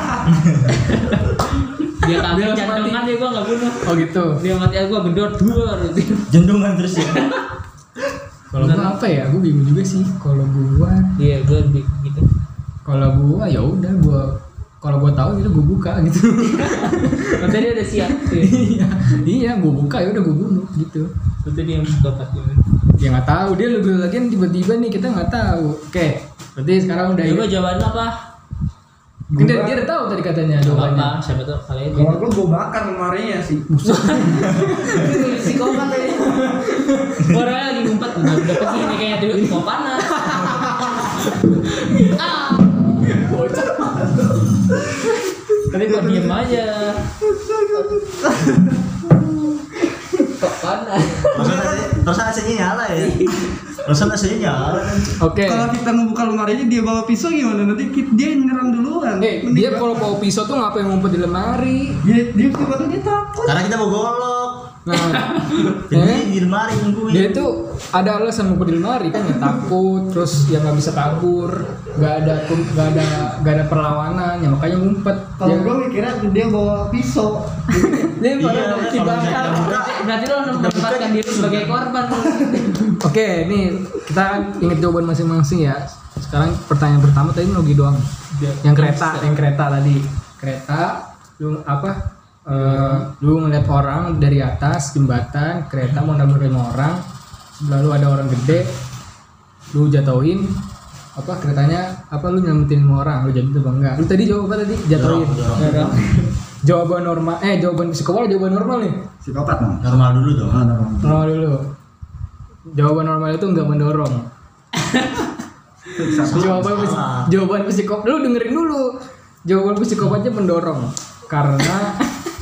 S3: Dia
S1: Dia
S3: kaget
S1: langsung
S3: jantungan dia gua nggak bunuh.
S1: Oh gitu.
S3: Dia mati gua gedor dua.
S4: jendungan terus ya.
S1: Kalau gua apa ya? Gua bingung juga sih. Kalau gua,
S3: Iya gua di- gitu.
S1: kalau gua ya udah gua kalau gua tahu itu gua buka gitu.
S3: Berarti dia udah siap.
S1: Iya, iya gua buka ya udah gua bunuh gitu.
S3: Berarti dia yang psikopat gitu.
S1: Ya nggak tahu dia lebih lagi tiba-tiba nih kita nggak tahu. Oke, berarti sekarang udah
S3: Ya gua
S1: ingat.
S3: jawabannya apa?
S1: Mungkin dia, dia udah tahu tadi katanya
S3: Gak
S1: jawabannya.
S3: apa, siapa tuh kalian
S2: Kalau gue gue bakar lemarinya sih.
S3: psikopat aja. Orangnya lagi ngumpet udah udah kesini kayak dulu mau panas. Ah. Tapi kok diem aja. Kok panas?
S4: Terus A C-nya nyala ya. Terus A C-nya nyala kan.
S1: Oke.
S2: Kalau kita ngebuka lemarinya dia bawa pisau gimana? Nanti ki- dia yang nyerang duluan.
S1: Eh,
S2: Mending
S1: dia
S2: bakar.
S1: kalau bawa pisau tuh ngapain ngumpet di lemari?
S2: dia dia psikopat dia takut.
S4: Karena kita mau golok.
S1: Nah,
S4: Jadi
S1: eh,
S4: di lemari nungguin.
S1: dia itu ada alasan ngumpet di lemari kan ya takut, terus ya nggak bisa kabur, nggak ada nggak ada nggak ada perlawanan, ya makanya ngumpet.
S2: Kalau
S1: Ya.
S2: gue mikirnya dia bawa pisau.
S1: Dia
S4: Iya,
S1: pada
S4: kalau
S1: dibakar.
S4: misalnya buka,
S3: Berarti lo menempatkan diri sebagai korban.
S1: Oke, nih kita ingat jawaban masing-masing ya. Sekarang pertanyaan pertama tadi Nogi doang. Yang kereta, yang kereta tadi. Kereta, lu apa? Eh, lu ngeliat orang dari atas jembatan, kereta mau nabrak lima orang, sebelah lu ada orang gede, lu jatuhin, apa keretanya, apa lu nyelamatin lima orang, lu jatuhin apa enggak? Lu tadi jawab apa tadi? Jatuhin.
S4: Dorong, dorong.
S1: Dorong. Jawaban normal, eh jawaban psikopat, jawaban normal nih.
S2: Psikopat dong.
S4: Normal dulu dong.
S2: Ah, normal.
S1: Normal dulu. Jawaban normal itu enggak mendorong. jawaban psi-
S4: Salah.
S1: jawaban psikopat, lu dengerin dulu. Jawaban psikopatnya mendorong karena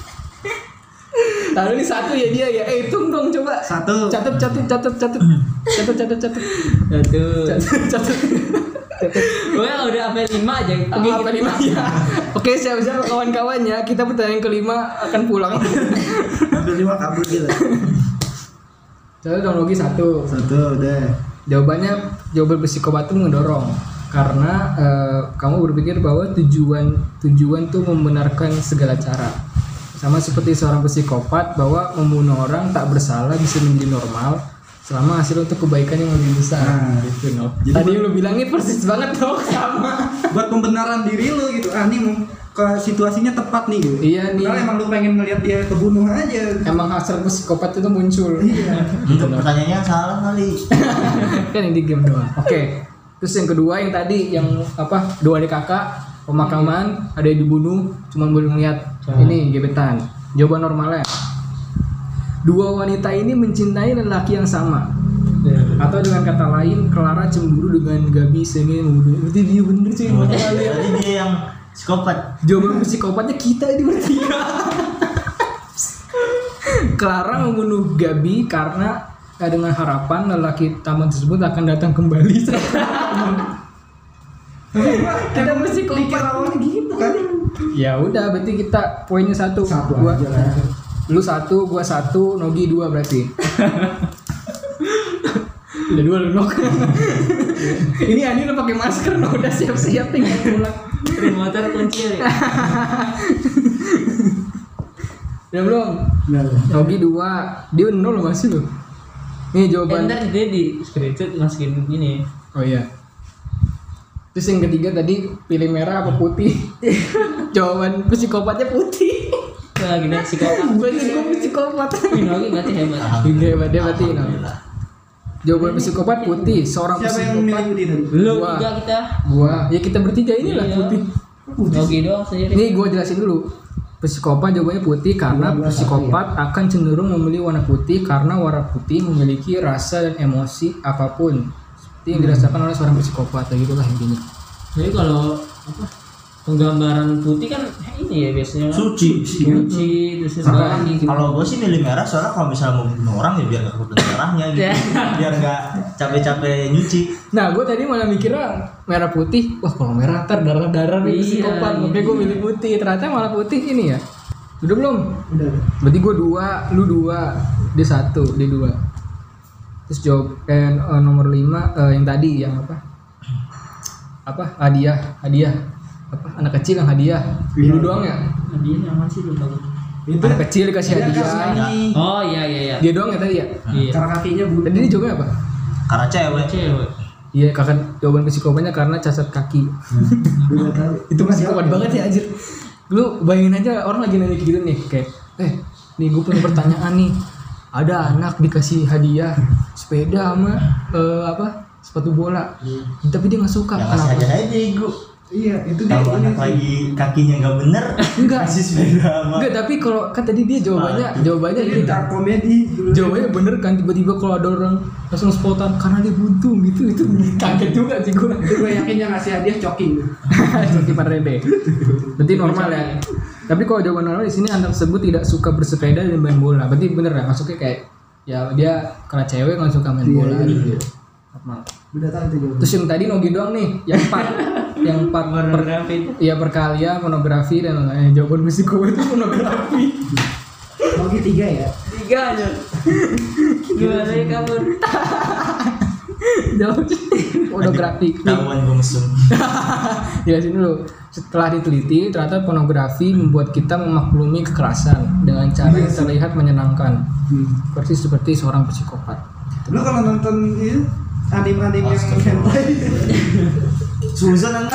S1: Tahu ini satu ya dia ya. Eh hitung dong coba.
S2: Satu.
S1: Catat catat catat catat. Catat catat catat.
S3: Satu.
S1: Catat catat. Catat.
S3: Gue udah sampai lima aja.
S1: Oke, apa lima ya. Oke, siap-siap kawan-kawannya. Kita pertanyaan kelima akan pulang.
S2: Hampir lima kabur gitu.
S1: Catat dong logi satu.
S2: Satu udah.
S1: Jawabannya jawaban psikopat itu mendorong karena eh, kamu berpikir bahwa tujuan tujuan tuh membenarkan segala cara. Sama seperti seorang psikopat bahwa membunuh orang tak bersalah bisa menjadi normal selama hasil untuk kebaikan yang lebih besar.
S2: Nah,
S1: gitu no.
S2: jadi
S1: Tadi
S2: buat-
S1: lu bilang ini persis banget dong sama.
S2: Buat pembenaran diri lu gitu. Ah ini mau- ke situasinya tepat nih gitu.
S1: Iya nih.
S2: Padahal emang lu pengen ngeliat dia kebunuh aja.
S1: Emang hasrat psikopat itu muncul.
S2: Iya.
S4: Untuk pertanyaannya salah kali.
S1: Kan ini di game doang. Oke. Terus yang kedua yang tadi yang apa? Dua adik kakak pemakaman ada yang dibunuh cuma boleh ngeliat ini gebetan. Jawaban normalnya. Dua wanita ini mencintai lelaki yang sama. Atau dengan kata lain Clara cemburu dengan Gabi sehingga membunuh. Berarti dia bener sih
S4: Oh,
S1: kali ya.
S4: Jadi dia yang Psikopat.
S1: Jawaban psikopatnya kita ini bertiga. Clara membunuh Gabi karena eh, dengan harapan lelaki taman tersebut akan datang kembali. Kita psikopat
S2: awalnya gitu kan.
S1: Ya udah, berarti kita poinnya satu.
S2: Satu
S1: gua,
S2: aja lah.
S1: Lu satu, gua satu, Nogi dua berarti. Udah dua lu Nog. Ini Ani udah pakai masker, no, udah siap-siap tinggal pulang.
S3: Remote kunci ya.
S1: Udah belum?
S2: Nah,
S1: Nogi dua, dia nol masih lu. Nih jawaban.
S3: Ntar dia di screenshot masukin gini.
S1: Oh iya. Terus yang ketiga tadi pilih merah apa putih? Jawaban psikopatnya putih.
S3: Wah, gini psikopat.
S1: Berarti gue psikopat.
S3: Ini berarti hebat.
S1: Ini hebat dia berarti. no.
S4: Alhamdulillah.
S1: Jawaban psikopat putih. Seorang
S2: siapa yang
S1: psikopat.
S2: milih tadi?
S3: Lu
S1: Gua.
S3: tiga kita.
S1: Gua. Ya kita bertiga inilah
S3: Iya.
S1: putih.
S3: Nogi doang sendiri.
S1: Ini gua jelasin dulu. Psikopat jawabannya putih karena
S2: Dua, dua,
S1: psikopat akan cenderung memilih warna putih karena warna putih memiliki rasa dan emosi apapun seperti yang dirasakan oleh seorang psikopat. Ya gitulah intinya.
S3: Jadi kalau apa penggambaran putih kan ini ya biasanya kan
S4: Suci.
S3: suci terus
S4: Karena
S3: lagi gitu.
S4: kalau gue sih milih merah soalnya kalau misalnya mau bunuh orang ya biar gak kekuatan darahnya gitu.
S3: Ya.
S4: Biar gak capek-capek nyuci.
S1: Nah, gue tadi malah mikirnya merah putih. Wah, kalau merah ntar darah-darah nih
S3: Iya,
S1: psikopat.
S3: iya.
S1: Makanya gue milih putih. Ternyata malah putih ini ya. Udah belum?
S2: Udah.
S1: Berarti gue dua, lu dua, dia satu, dia dua. Terus jawab eh, eh, nomor lima eh, yang tadi yang apa? Apa? Hadiah, hadiah. Apa? Anak kecil yang hadiah.
S2: Iya.
S1: Lu doang ya?
S3: Dia yang masih lupa gue.
S2: Itu
S1: Anak kecil dikasih
S2: dia
S1: hadiah.
S2: kasih ini.
S3: Oh iya iya iya.
S1: Dia doang ya tadi ya?
S3: Iya.
S2: Cara kakinya buntu.
S1: Tadi dia jawabnya apa?
S4: Karena cewek.
S3: Cewek.
S1: Iya, kakak jawaban psikopatnya karena cacat kaki.
S2: Udah tahu.
S1: Itu psikopat banget ya anjir. Lu bayangin aja orang lagi nanya gitu nih kayak, eh nih gue punya pertanyaan nih, ada anak dikasih hadiah sepeda sama eh, apa sepatu bola, tapi dia nggak suka.
S4: Ya kasih
S1: Kenapa?
S4: aja aja ego.
S2: Iya, itu dia
S4: Kalau
S2: ini
S4: anak
S2: sih.
S4: lagi kakinya nggak bener,
S1: Enggak.
S4: kasih sepeda sama.
S1: Enggak, tapi kalau kan tadi dia jawabannya
S4: Aduh.
S1: jawabannya
S2: Ini
S1: ini
S2: dark
S1: kan.
S2: komedi.
S1: Jawabannya bener kan, tiba-tiba kalau ada orang langsung spontan karena dia buntu gitu, itu kaget juga sih gue.
S2: Itu gue yakin yang ngasih hadiah coking.
S1: Seperti Pak Rebe. Berarti normal ya. Tapi kalau jawaban normal di sini anak tersebut tidak suka bersepeda dan main bola. Berarti bener ya, masuknya kayak ya dia karena cewek nggak suka main
S2: Iya,
S1: bola
S2: iya.
S1: gitu. Normal.
S2: Udah tahu itu jawabannya.
S1: Terus yang tadi Nogi doang nih, yang empat, yang empat per,
S3: Pornografi.
S1: ya perkalian, pornografi dan lain-lain. Jawaban psiko itu pornografi.
S2: Bagi tiga ya.
S3: Tiga aja. Gimana ya kabur?
S1: Jawab pornografi. Nih,
S4: Tahuan gue mesum.
S1: jelasin dulu. Setelah diteliti, ternyata pornografi membuat kita memaklumi kekerasan dengan cara yang terlihat menyenangkan.
S2: Hmm.
S1: Persis seperti seorang psikopat.
S2: Lu kalau nonton itu anime-anime yang
S4: Astagfirullah.
S2: hentai.
S4: Susan nanti.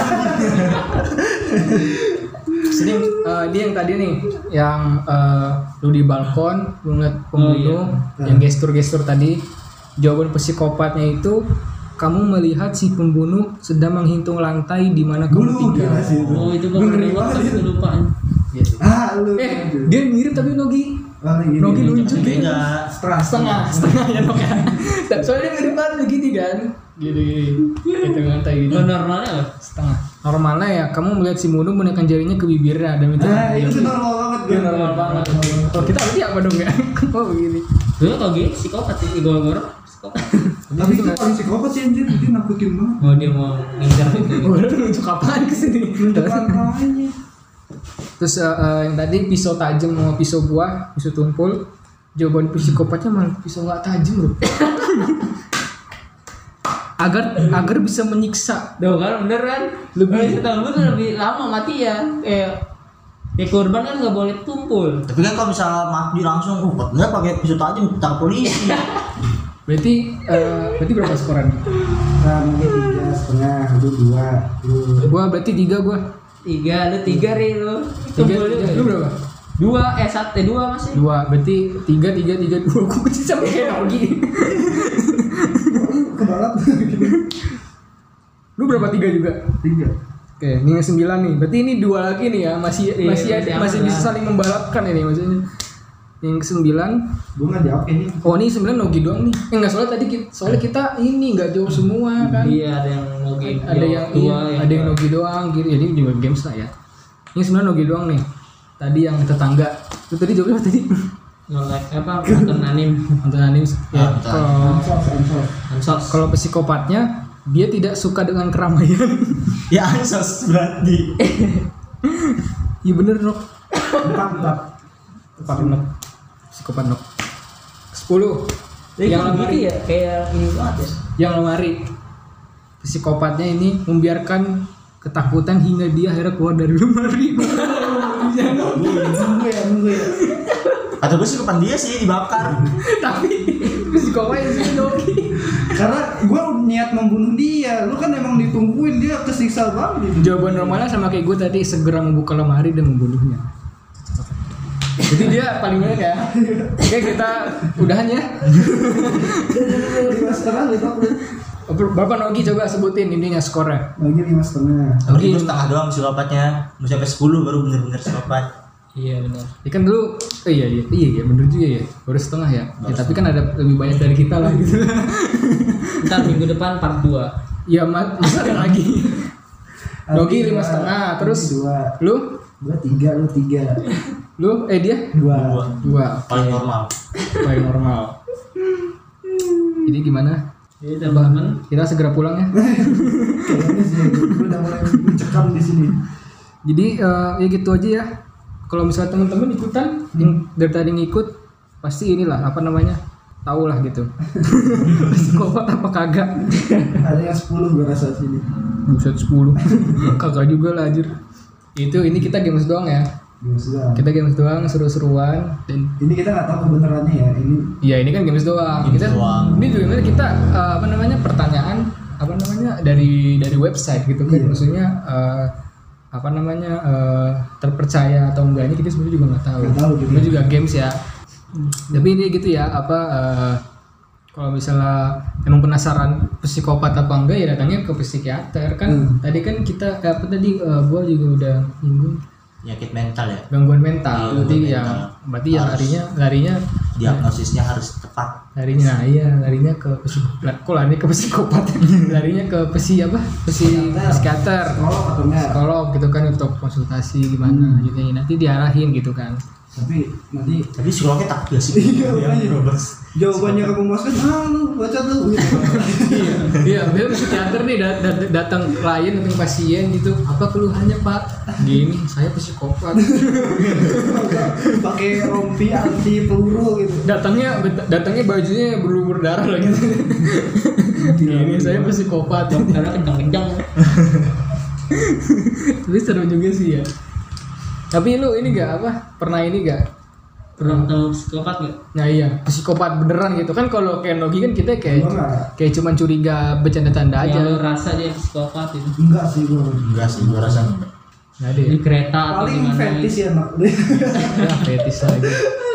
S1: Sini eh, dia yang tadi nih, yang eh, lu di balkon, lu ngeliat pembunuh,
S2: iya.
S1: yang gestur-gestur tadi. Jawaban psikopatnya itu, kamu melihat si pembunuh sedang menghitung lantai di mana kamu
S2: Bulu
S1: tinggal.
S2: dia sih.
S3: Oh itu gue
S2: Ngeri
S3: ngeri
S2: banget
S3: banget
S2: itu.
S3: kelupaan.
S1: Gitu.
S2: Ah, lu.
S1: Eh, dia mirip tapi Nogi.
S2: Oh, gini,
S1: Nogi
S2: gini.
S1: lucu gitu.
S4: Beda.
S2: Setengah.
S1: Setengah, setengah ya Nog ya. Soalnya dia mirip banget begini kan. Gini, gitu lantai gitu.
S3: Oh normalnya apa?
S1: Setengah. Normalnya ya, kamu melihat si pembunuh menekan jarinya ke bibirnya dan itu.
S2: Nah, itu normal banget.
S1: Dia normal banget. Oh, kita berarti apa dong ya? Oh begini.
S3: Gue kalau gini psikopat sih, gue gorok psikopat.
S2: Tapi itu paling psikopat sih anjir, dia nakutin banget.
S3: Oh dia mau ngincar itu.
S1: Gue udah nunjuk apaan kesini?
S2: Nunjuk lantainya.
S1: Terus eh, eh, yang tadi pisau tajam sama pisau buah, pisau tumpul. Jawaban psikopatnya malah pisau nggak tajam loh. agar agar bisa menyiksa.
S3: Tuh kan bener kan? Lebih setahun tuh lebih lama mati ya. Kayak kayak korban kan nggak boleh tumpul.
S4: Tapi kan kalau misalnya mati langsung, oh bener pakai pisau tajam ditangkap polisi.
S1: Berarti eh, berarti berapa skoran?
S2: Nah, mungkin tiga setengah, lu dua, lu.
S1: Gua berarti tiga gua.
S3: Tiga, lu tiga ri lu.
S1: Tiga,
S3: Tumpul
S1: tiga.
S3: juga.
S1: Lu berapa?
S3: Dua, eh satu, eh, dua masih.
S1: Dua. Berarti tiga tiga tiga dua. Gua benci sama kayak Nogi.
S2: Kebalap.
S1: Lu berapa tiga juga?
S2: Tiga.
S1: Oke, ini yang sembilan nih. Berarti ini dua lagi nih ya, masih
S3: Iya,
S1: masih
S3: masih
S1: masih
S3: aman
S1: bisa
S3: lah.
S1: saling membalapkan ini maksudnya. Yang kesembilan,
S2: Gua nggak jawab kayaknya.
S1: oh ini sembilan Nogi doang nih. Eh enggak, soalnya tadi kita, soalnya kita ini enggak jauh semua kan.
S3: Iya ada yang login.
S1: Ada yang
S3: dua,
S1: iya, ada yang Nogi doang gitu. Jadi juga games lah ya. Ini sebenarnya Nogi doang nih. Tadi yang tetangga. Itu tadi jawabnya apa tadi?
S3: Nge-like apa nonton anim.
S1: Nonton anim. Ya.
S4: nonton
S1: Kalau
S3: Ansos.
S1: kalau psikopatnya dia tidak suka dengan keramaian.
S4: Ya ansos berarti.
S1: Iya bener Nok.
S2: Empat empat.
S1: Empat Nok. Psikopat Nok. Sepuluh.
S3: Yang
S1: Yang
S3: gitu
S1: lemari.
S3: ya kayak ini banget ya.
S1: Yang lemari. Psikopatnya ini membiarkan ketakutan hingga dia akhirnya keluar dari lemari.
S2: Nunggu ya, nunggu ya.
S4: Atau gue sih kapan dia sih dibakar.
S1: Tapi psikopatnya sih Nogi.
S2: Karena gue niat membunuh dia, lu kan emang ditungguin dia kesiksa banget.
S1: Jawaban normalnya sama kayak gue tadi, segera membuka lemari dan membunuhnya. Jadi dia paling banyak ya. Oke kita udahan ya.
S2: Lima setengah gitu.
S1: Bapak Nogi coba sebutin intinya skornya.
S2: Lagi lima setengah.
S4: Tapi itu setengah doang psikopatnya. Mau sampai sepuluh baru bener-bener psikopat.
S3: Iya benar.
S1: Ya kan dulu, oh iya iya iya iya bener juga ya. Baru setengah ya. Ya tapi kan ada lebih banyak dari kita lah gitu.
S3: Ntar minggu depan part dua.
S1: Iya mas, masa ada lagi. Nogi lima setengah, terus
S2: dua.
S1: lu,
S2: Gua tiga, lu tiga.
S1: lu eh dia
S2: Dua.
S4: Dua.
S1: dua.
S4: Paling normal.
S1: Paling normal. Jadi gimana?
S3: Jadi teman-teman
S1: Kita segera pulang ya.
S2: Kayaknya sih, gua udah mulai mencekam di sini.
S1: Jadi eh, ya gitu aja ya. Kalau misalnya teman-teman ikutan, yang dari tadi ngikut, pasti inilah apa namanya, tahu lah gitu. Psikopat apa kagak?
S2: Ada yang sepuluh gua rasa sini.
S1: Buset sepuluh, kagak juga lah anjir. Itu ini kita games doang ya.
S2: Games doang.
S1: Kita games doang seru-seruan dan
S2: Ini kita nggak tahu kebenarannya ya. Ini
S1: ya ini kan games doang.
S4: Games
S1: kita
S4: doang.
S1: ini juga kita eh, apa namanya pertanyaan apa namanya dari dari website gitu kan.
S2: Iya.
S1: Maksudnya eh, apa namanya eh, terpercaya atau enggaknya kita sebenarnya juga nggak tahu.
S2: Nggak tahu gitu.
S1: Ini juga games ya. Tapi ini gitu ya apa eh, kalau misalnya emang penasaran psikopat apa enggak ya datangnya ke psikiater kan.
S2: Hmm.
S1: Tadi kan kita eh, apa tadi eh, gua juga udah nyinggung
S4: Penyakit mental ya.
S1: gangguan mental.
S4: Iya,
S1: Berarti
S4: gangguan
S1: yang
S4: mental.
S1: berarti yang
S4: Harus.
S1: larinya larinya
S4: Diagnosisnya harus tepat.
S1: larinya nah, iya larinya ke psikopat. Kok larinya ke psikopat? Larinya ke psi apa? Psi psikiater.
S2: Psikolog atau enggak?
S1: Psikolog gitu kan untuk konsultasi gimana gitu ya. Nanti diarahin gitu kan.
S2: Tapi nanti
S4: Tapi psikolognya takut ya sih.
S2: Iya, makanya. jawabannya kamu memuaskan, ah lu baca tuh.
S1: Iya, iya, biar psikiater nih dat- dat- datang klien datang pasien gitu. Apa keluhannya Pak? Gini, saya psikopat.
S2: Pakai rompi anti peluru gitu.
S1: Datangnya datangnya bajunya berlumur darah lagi. Gini, saya psikopat.
S3: karena kencang-kencang.
S1: Tapi seru juga sih ya. Tapi lu ini gak apa? Pernah ini gak?
S3: Pernah tahu psikopat nggak?
S1: Nah iya, psikopat beneran gitu kan. Kalau kayak Nogi kan kita kayak
S2: Gua nggak.
S1: kayak cuman curiga bercanda-canda aja.
S3: Yang lu rasa dia psikopat itu.
S2: Enggak sih gua.
S4: Enggak sih, gua rasa.
S1: Nggak ada ya?
S3: Di kereta atau
S2: Paling
S3: gimana?
S2: fetish ya mak.
S1: Ya, fetis lagi.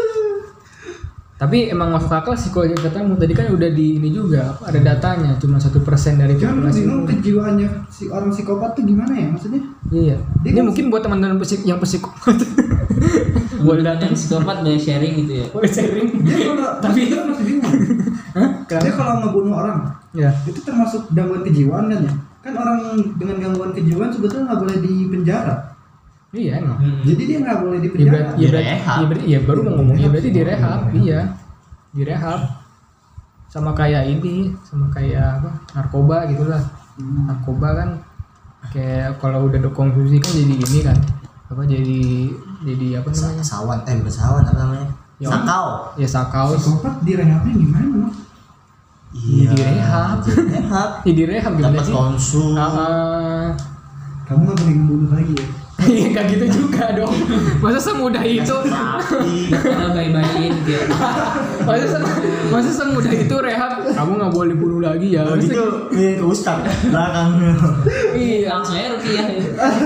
S1: Tapi emang masuk akal sih kalau yang katamu tadi kan udah di ini juga apa, ada datanya cuma satu persen dari
S2: Cuman lu
S1: populasi.
S2: bingung kejiwaannya si orang psikopat tuh gimana ya maksudnya?
S1: Iya.
S2: Dia
S1: Ini
S2: kan-
S1: mungkin buat teman-teman psik yang psikopat. Boleh datang
S3: Yang psikopat boleh sharing gitu ya.
S1: boleh sharing.
S2: Dia kalau tapi dia masih bingung.
S1: Hah?
S2: Dia kalau ngebunuh orang
S1: Ya.
S2: itu termasuk gangguan kejiwaan kan ya? Kan orang dengan gangguan kejiwaan sebetulnya nggak boleh di penjara.
S1: Iya emang.
S3: Hmm.
S2: Jadi dia nggak boleh di
S1: Ya
S2: penjara.
S1: berarti, ya berarti,
S4: Direhab.
S1: ya berarti, ya baru mau ngomong, ya berarti direhab, iya, direhab, sama kayak ini, sama kayak apa, narkoba gitulah,
S2: Hmm.
S1: narkoba kan, kayak kalau udah dikonsumsi kan jadi ini kan, apa jadi jadi apa namanya,
S4: Sawan, eh bukan sawan apa namanya?
S1: Ya,
S4: Sakau.
S1: ya sakau,
S2: Psikopat direhabnya gimana? Mak?
S1: Iya, direhab.
S4: Direhab.
S1: ya direhab gimana
S4: Dapat
S1: sih?
S4: konsum.
S1: Ah,
S2: Kamu nggak boleh ngebunuh lagi ya?
S1: iya nggak gitu juga dong, masa semudah itu,
S4: Mati.
S3: Karena bayi-bayiin gitu ya.
S1: masa se- masa semudah itu rehab, kamu nggak boleh bunuh lagi ya,
S4: Kalau
S1: Masa
S4: gitu, nih ke Ustaz belakang.
S1: iya.
S3: Langsung aja rupiah ya.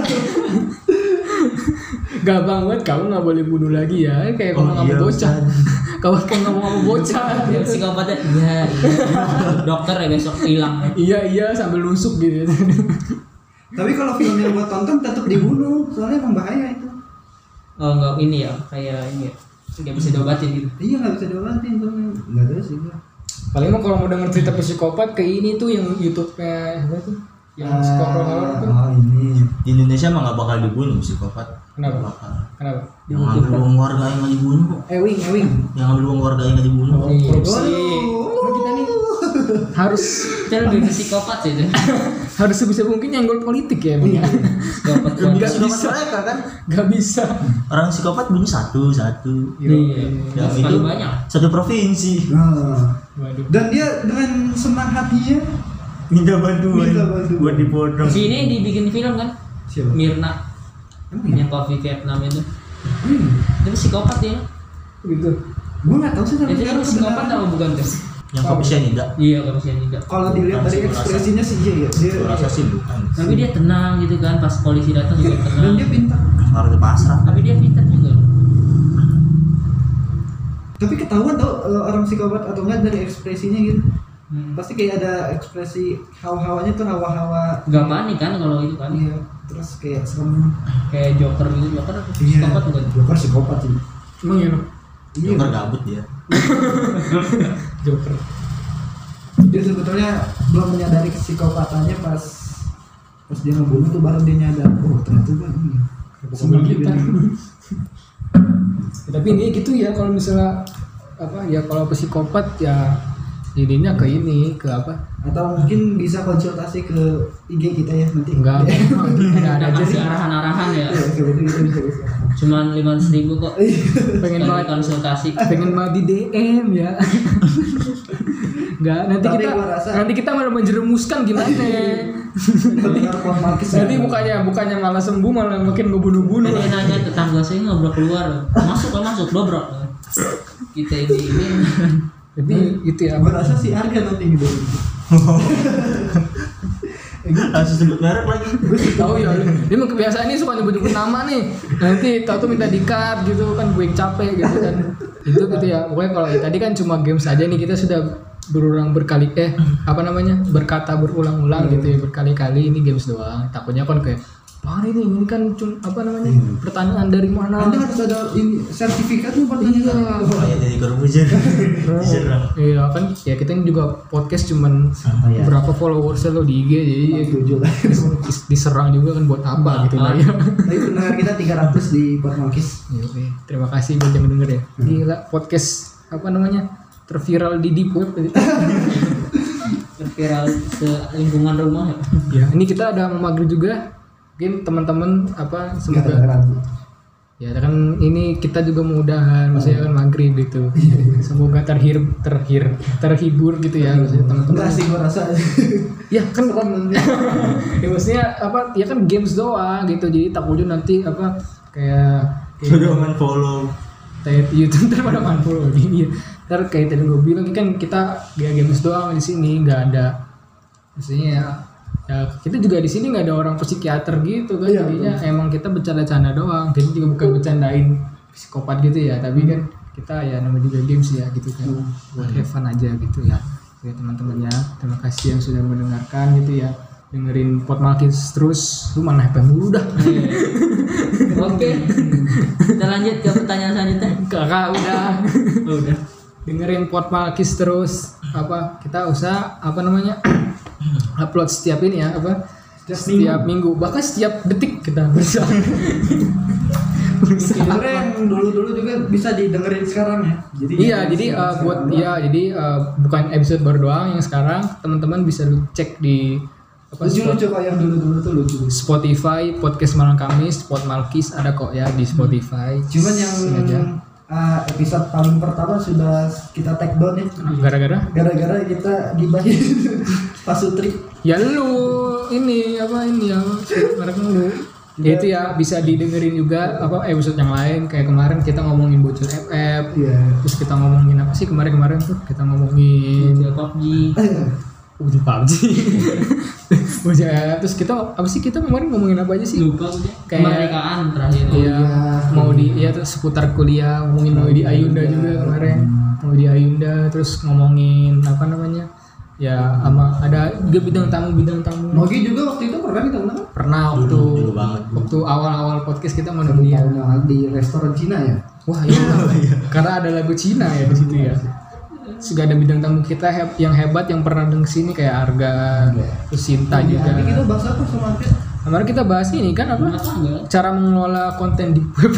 S1: Gampang banget, kamu nggak boleh bunuh lagi ya, kayak
S4: Oh,
S1: ngomong sama
S4: iya,
S1: bocah.
S4: Ustaz.
S1: Kalau kamu ngomong sama bocah,
S3: Yang psikopatnya iya iya. Dokter ya besok hilang.
S1: iya iya sambil nusuk gitu.
S2: Tapi kalau film yang gua tonton tetap dibunuh, soalnya emang bahaya itu.
S3: Oh enggak ini ya kayak ini ya. Nggak bisa diobatin gitu.
S2: Iya nggak bisa diobatin soalnya. Nggak tahu sih gua.
S1: Paling mah kalau mau denger cerita psikopat ke ini tuh yang YouTube-nya apa tuh? Yang psikopat horor tuh.
S2: Oh ini.
S4: Di Indonesia mah nggak bakal dibunuh psikopat.
S1: Kenapa?
S4: Nggak bakal.
S1: Kenapa?
S4: Yang ngambil uang warga yang nggak dibunuh kok.
S2: Ewing, Ewing.
S4: Yang ngambil uang warga yang nggak dibunuh.
S1: Oh, korupsi.
S2: Waduh.
S1: Nah, kita nih harus
S3: Itu lebih ke psikopat sih itu.
S1: harus sebisa mungkin nyenggol politik ya emang ya.
S3: Psikopat
S4: Lebih
S3: banget.
S4: psikopat mereka kan.
S1: Gak bisa.
S4: Orang psikopat bunuh satu satu.
S3: Iya.
S4: Yang
S3: Paling
S4: itu
S3: banyak.
S4: satu provinsi.
S2: Nah.
S1: Waduh.
S2: Dan dia dengan senang hatinya
S4: Minta bantuan.
S2: Minta bantuan.
S4: Buat dipotong.
S3: Si ini dibikin film kan?
S2: siapa?
S3: Mirna.
S2: Emang ya?
S3: Yang Coffee Vietnam itu.
S2: Hmm.
S3: Itu psikopat ya.
S1: Gitu.
S2: Gue nggak tahu sih tapi
S3: Itu
S2: sekarang
S3: kan psikopat
S2: kebenaran.
S3: atau bukan tuh?
S4: Yang kopi cyanida.
S3: Iya, kalau cyanida.
S2: Kalau dilihat dari
S4: Gua rasa-
S2: ekspresinya sih iya ya. Dia
S4: Gua rasa sih bukan.
S3: Tapi dia tenang gitu kan, pas polisi datang juga
S2: dan
S3: tenang.
S2: dia pintar.
S4: Harus pasrah.
S3: Tapi dia pintar juga.
S2: Tapi ketahuan tau eh, orang psikopat atau enggak dari ekspresinya gitu.
S3: Hmm.
S2: Pasti kayak ada ekspresi hawa-hawanya tuh hawa-hawa.
S3: Gak panik kan kalau itu kan.
S2: Iya. Terus kayak serem.
S3: Kayak Joker gitu, Joker
S2: Iya.
S3: psikopat bukan?
S2: Joker psikopat sih.
S1: Emang ya?
S2: Iya.
S4: Joker gabut dia.
S1: Joker.
S2: Dia sebetulnya belum menyadari psikopatannya pas pas dia ngebunuh tuh baru dia nyadar. Oh ternyata kan ini.
S1: Senang kita. Ya, tapi ini gitu ya kalau misalnya apa ya kalau psikopat ya jadinya ke ini ke apa?
S2: Atau mungkin bisa konsultasi ke I G kita ya nanti.
S1: Enggak. Enggak ada
S3: Ada
S1: aja
S3: kasih
S1: sih.
S3: arahan-arahan ya.
S2: Iya, seperti itu bisa bisa.
S3: Cuman lima ratus ribu kok.
S1: Pengen
S3: Sekali
S1: banget
S3: konsultasi.
S1: pengen banget di D M ya. Enggak, nanti
S2: Tapi
S1: kita
S2: gua rasa-
S1: nanti kita malah menjerumuskan gimana.
S2: Dengar Puan Markis.
S1: Nanti bukannya bukannya malah sembuh malah makin ngebunuh-bunuh.
S3: Nanti nanya tetangga saya ngobrol keluar. Masuk lah masuk dobrok. Kita ini ini.
S1: Jadi gitu ya.
S2: Gue rasa si harga nanti gitu.
S4: Langsung sebut merek lagi.
S1: Tahu ya, dia emang kebiasaan nih suka nyebut-nyebut nama nih. Nanti tahu tuh minta di-cut gitu kan, gue yang capek gitu kan. Itu gitu ya. Pokoknya kalau ya, tadi kan cuma game saja nih, kita sudah berulang berkali eh apa namanya? berkata berulang-ulang gitu ya, berkali-kali ini games doang. Takutnya kan kayak wah ini ini kan cuma apa namanya? pertanyaan dari mana?
S2: Nanti harus ada ini sertifikatnya pertanyaan.
S1: Iya.
S4: Kayak jadi Corbuzier. Diserang.
S1: Iya kan ya kita ini juga podcast cuman
S2: Santai ya.
S1: berapa followersnya lo di I G jadi ya,
S2: Tujuh lah.
S1: dis- diserang juga kan buat apa gitu lah ya.
S2: Tapi pendengar kita tiga ratus di Puan Markis.
S1: Iya, oke. Terima kasih buat yang denger ya. Gila podcast apa namanya? Terviral di deep web.
S3: Viral se lingkungan rumah ya.
S1: Ya, ini kita ada mau maghrib juga. Mungkin teman-teman apa
S2: Nggak
S1: semoga
S2: kedengeran.
S1: ya kan ini kita juga mau udahan maksudnya kan maghrib gitu. Semoga terhir terhir terhibur gitu ya maksudnya teman-teman.
S2: Enggak sih gue rasa.
S1: Ya kan ya, maksudnya apa ya kan games doang gitu. Jadi takutnya nanti apa kayak kayak
S4: Dorongan follow.
S1: kayak YouTube ntar pada manful lagi. Ntar kayak tadi gue bilang kan kita gak games doang di sini, nggak ada maksudnya ya, ya kita juga di sini nggak ada orang psikiater gitu kan.
S2: Iya,
S1: Jadinya emang kita bercanda-canda doang, jadi juga bukan bercandain psikopat gitu ya, tapi kan kita ya namanya juga games ya gitu kan, buat have fun aja gitu ya. Oke teman-teman ya, terima kasih yang sudah mendengarkan gitu ya, dengerin Pod Malkis terus. Lu mana H P mulu dah.
S3: Oke. Kita lanjut ke pertanyaan selanjutnya.
S1: Kakak udah
S3: Oh, udah.
S1: dengerin Pod Malkis terus. Apa kita usah apa namanya upload setiap ini ya apa
S2: Setiap
S1: setiap minggu. bahkan setiap detik kita berusaha.
S2: Sebenarnya yang dulu-dulu juga bisa didengerin sekarang ya. Jadi
S1: Iya, jadi uh, buat iya, jadi uh, bukan episode baru doang yang sekarang, teman-teman bisa lu cek di apa
S2: lucu-lucu kok yang dulu-dulu tuh lucu.
S1: Spotify podcast Malam Kamis, Pod Malkis ada kok ya di Spotify.
S2: Cuman yang
S1: Ini aja.
S2: uh, episode paling pertama sudah kita take down ya.
S1: Gara-gara
S2: Gara-gara kita gibahin Pak Sutri.
S1: ya lu ini apa ini ya mereka lu. Ya itu ya bisa didengerin juga apa episode yang lain kayak kemarin kita ngomongin bocor F F.
S2: Iya.
S1: Terus kita ngomongin apa sih kemarin-kemarin tuh? Kita ngomongin
S3: Bocil P U B G.
S1: udah P U B G. Bocah, terus kita apa sih kita kemarin ngomongin apa aja sih?
S3: Lupa udah.
S1: Kayak-
S3: Kemerdekaan terakhir.
S1: Iya,
S2: iya.
S1: mau di ya terus seputar kuliah, ngomongin mau di Ayunda juga kemarin. Mau di Ayunda terus ngomongin apa namanya? Ya sama ada juga bidang tamu bidang tamu.
S2: Nogi juga waktu itu pernah kita undang.
S1: Pernah waktu
S4: Dulu, dulu banget.
S1: waktu awal-awal podcast kita mau
S2: Satu
S1: dia.
S2: tahun yang lalu di restoran Cina ya.
S1: Wah iya, karena ada lagu Cina ya di situ ya. Juga ada bidang tamu kita heb- yang hebat yang pernah datang sini kayak Arga, terus Sinta juga.
S2: Nanti kita bahas apa sama Arga?
S1: Kemarin kita bahas ini kan apa? Cara mengelola konten di web.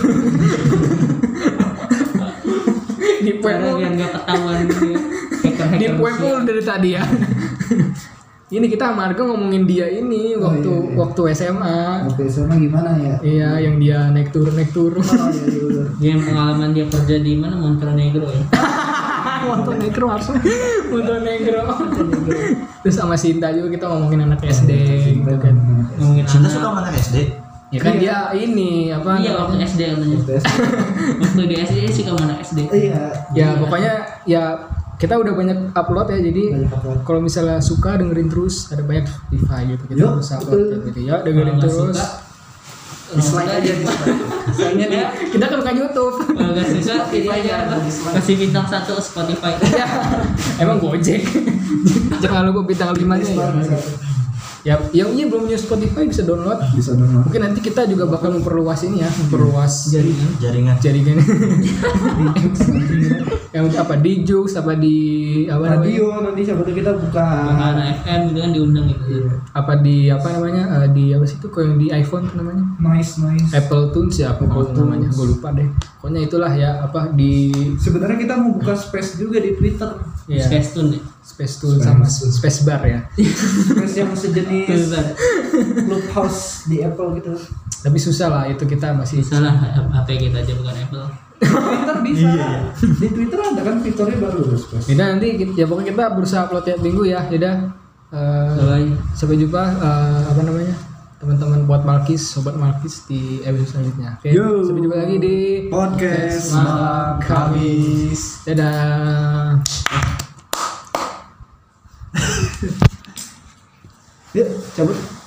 S1: Di web
S3: Cara biar nggak ketahuan gitu ya. Hacker-hacker
S1: di web
S3: Rusia.
S1: dari tadi ya. Ini kita sama Arga ngomongin dia ini
S2: Oh,
S1: waktu
S2: iya, iya.
S1: waktu S M A.
S2: Oke, sama gimana ya?
S1: Iya, yang dia naik turun naik turun.
S2: Oh iya, iya, bener.
S3: Dia pengalaman dia kerja di mana Montenegro ya.
S1: Montenegro langsung Montenegro. Terus sama Sinta juga kita ngomongin anak S D gitu kan.
S3: Ngomongin
S4: Cinta
S3: anak.
S4: suka mana S D?
S1: Ya kan dia ini apa
S3: Iya waktu
S1: namanya?
S3: S D katanya. Waktu di S D sih kamu anak S D.
S2: Iya.
S1: Ya pokoknya ya kita udah banyak upload ya, jadi
S2: Banyak upload.
S1: kalau misalnya suka dengerin terus, ada banyak Spotify gitu, kita
S2: Yo,
S1: bisa upload
S2: betul.
S1: gitu ya, dengerin
S3: Kalau nggak
S1: terus.
S3: suka,
S2: Dislike aja, dislike. Soalnya dia
S1: Kita kan bukan YouTube.
S3: Kalau nggak suka ini aja apa? Kasih bintang satu Spotify.
S1: Ya, emang Gojek. Jangan lupa bintang lima nya ya. Ya, yang ini belum punya Spotify bisa download.
S2: bisa download.
S1: Mungkin nanti kita juga bakal memperluas ini ya, memperluas
S3: Jaringan.
S4: Jaringan.
S1: jaringan. Yang apa di Jux, apa di apa namanya?
S2: Radio nanti siapa tahu kita buka.
S3: Anak F M gitu kan diundang gitu.
S1: Apa di apa namanya? eh, di apa sih itu kalau yang di iPhone tuh namanya?
S2: Nice, nice.
S1: Apple Tunes ya apa
S2: Apple
S1: kalau namanya?
S2: Tunes.
S1: Gue lupa deh. Pokoknya itulah ya apa di
S2: Sebenarnya kita mau buka space juga di Twitter.
S1: ya,
S3: Space Tune ya.
S1: Space Tool sama Space Bar ya.
S2: Space yang sejenis
S3: Twitter.
S2: Clubhouse di Apple gitu.
S1: Tapi susah lah itu, kita masih
S3: Bisa lah H P kita aja bukan Apple.
S2: Twitter bisa. Di Twitter ada kan fiturnya baru loh space.
S1: Yaudah nanti kita- ya pokoknya kita berusaha upload tiap minggu ya. Yaudah eh,
S3: Bye.
S1: sampai jumpa eh, apa namanya teman-teman buat Malkis, sobat Malkis di episode selanjutnya. Oke,
S2: Yo.
S1: sampai jumpa lagi di
S2: Podcast
S1: Malam Kamis. Dadah.
S2: Yuk, cabut.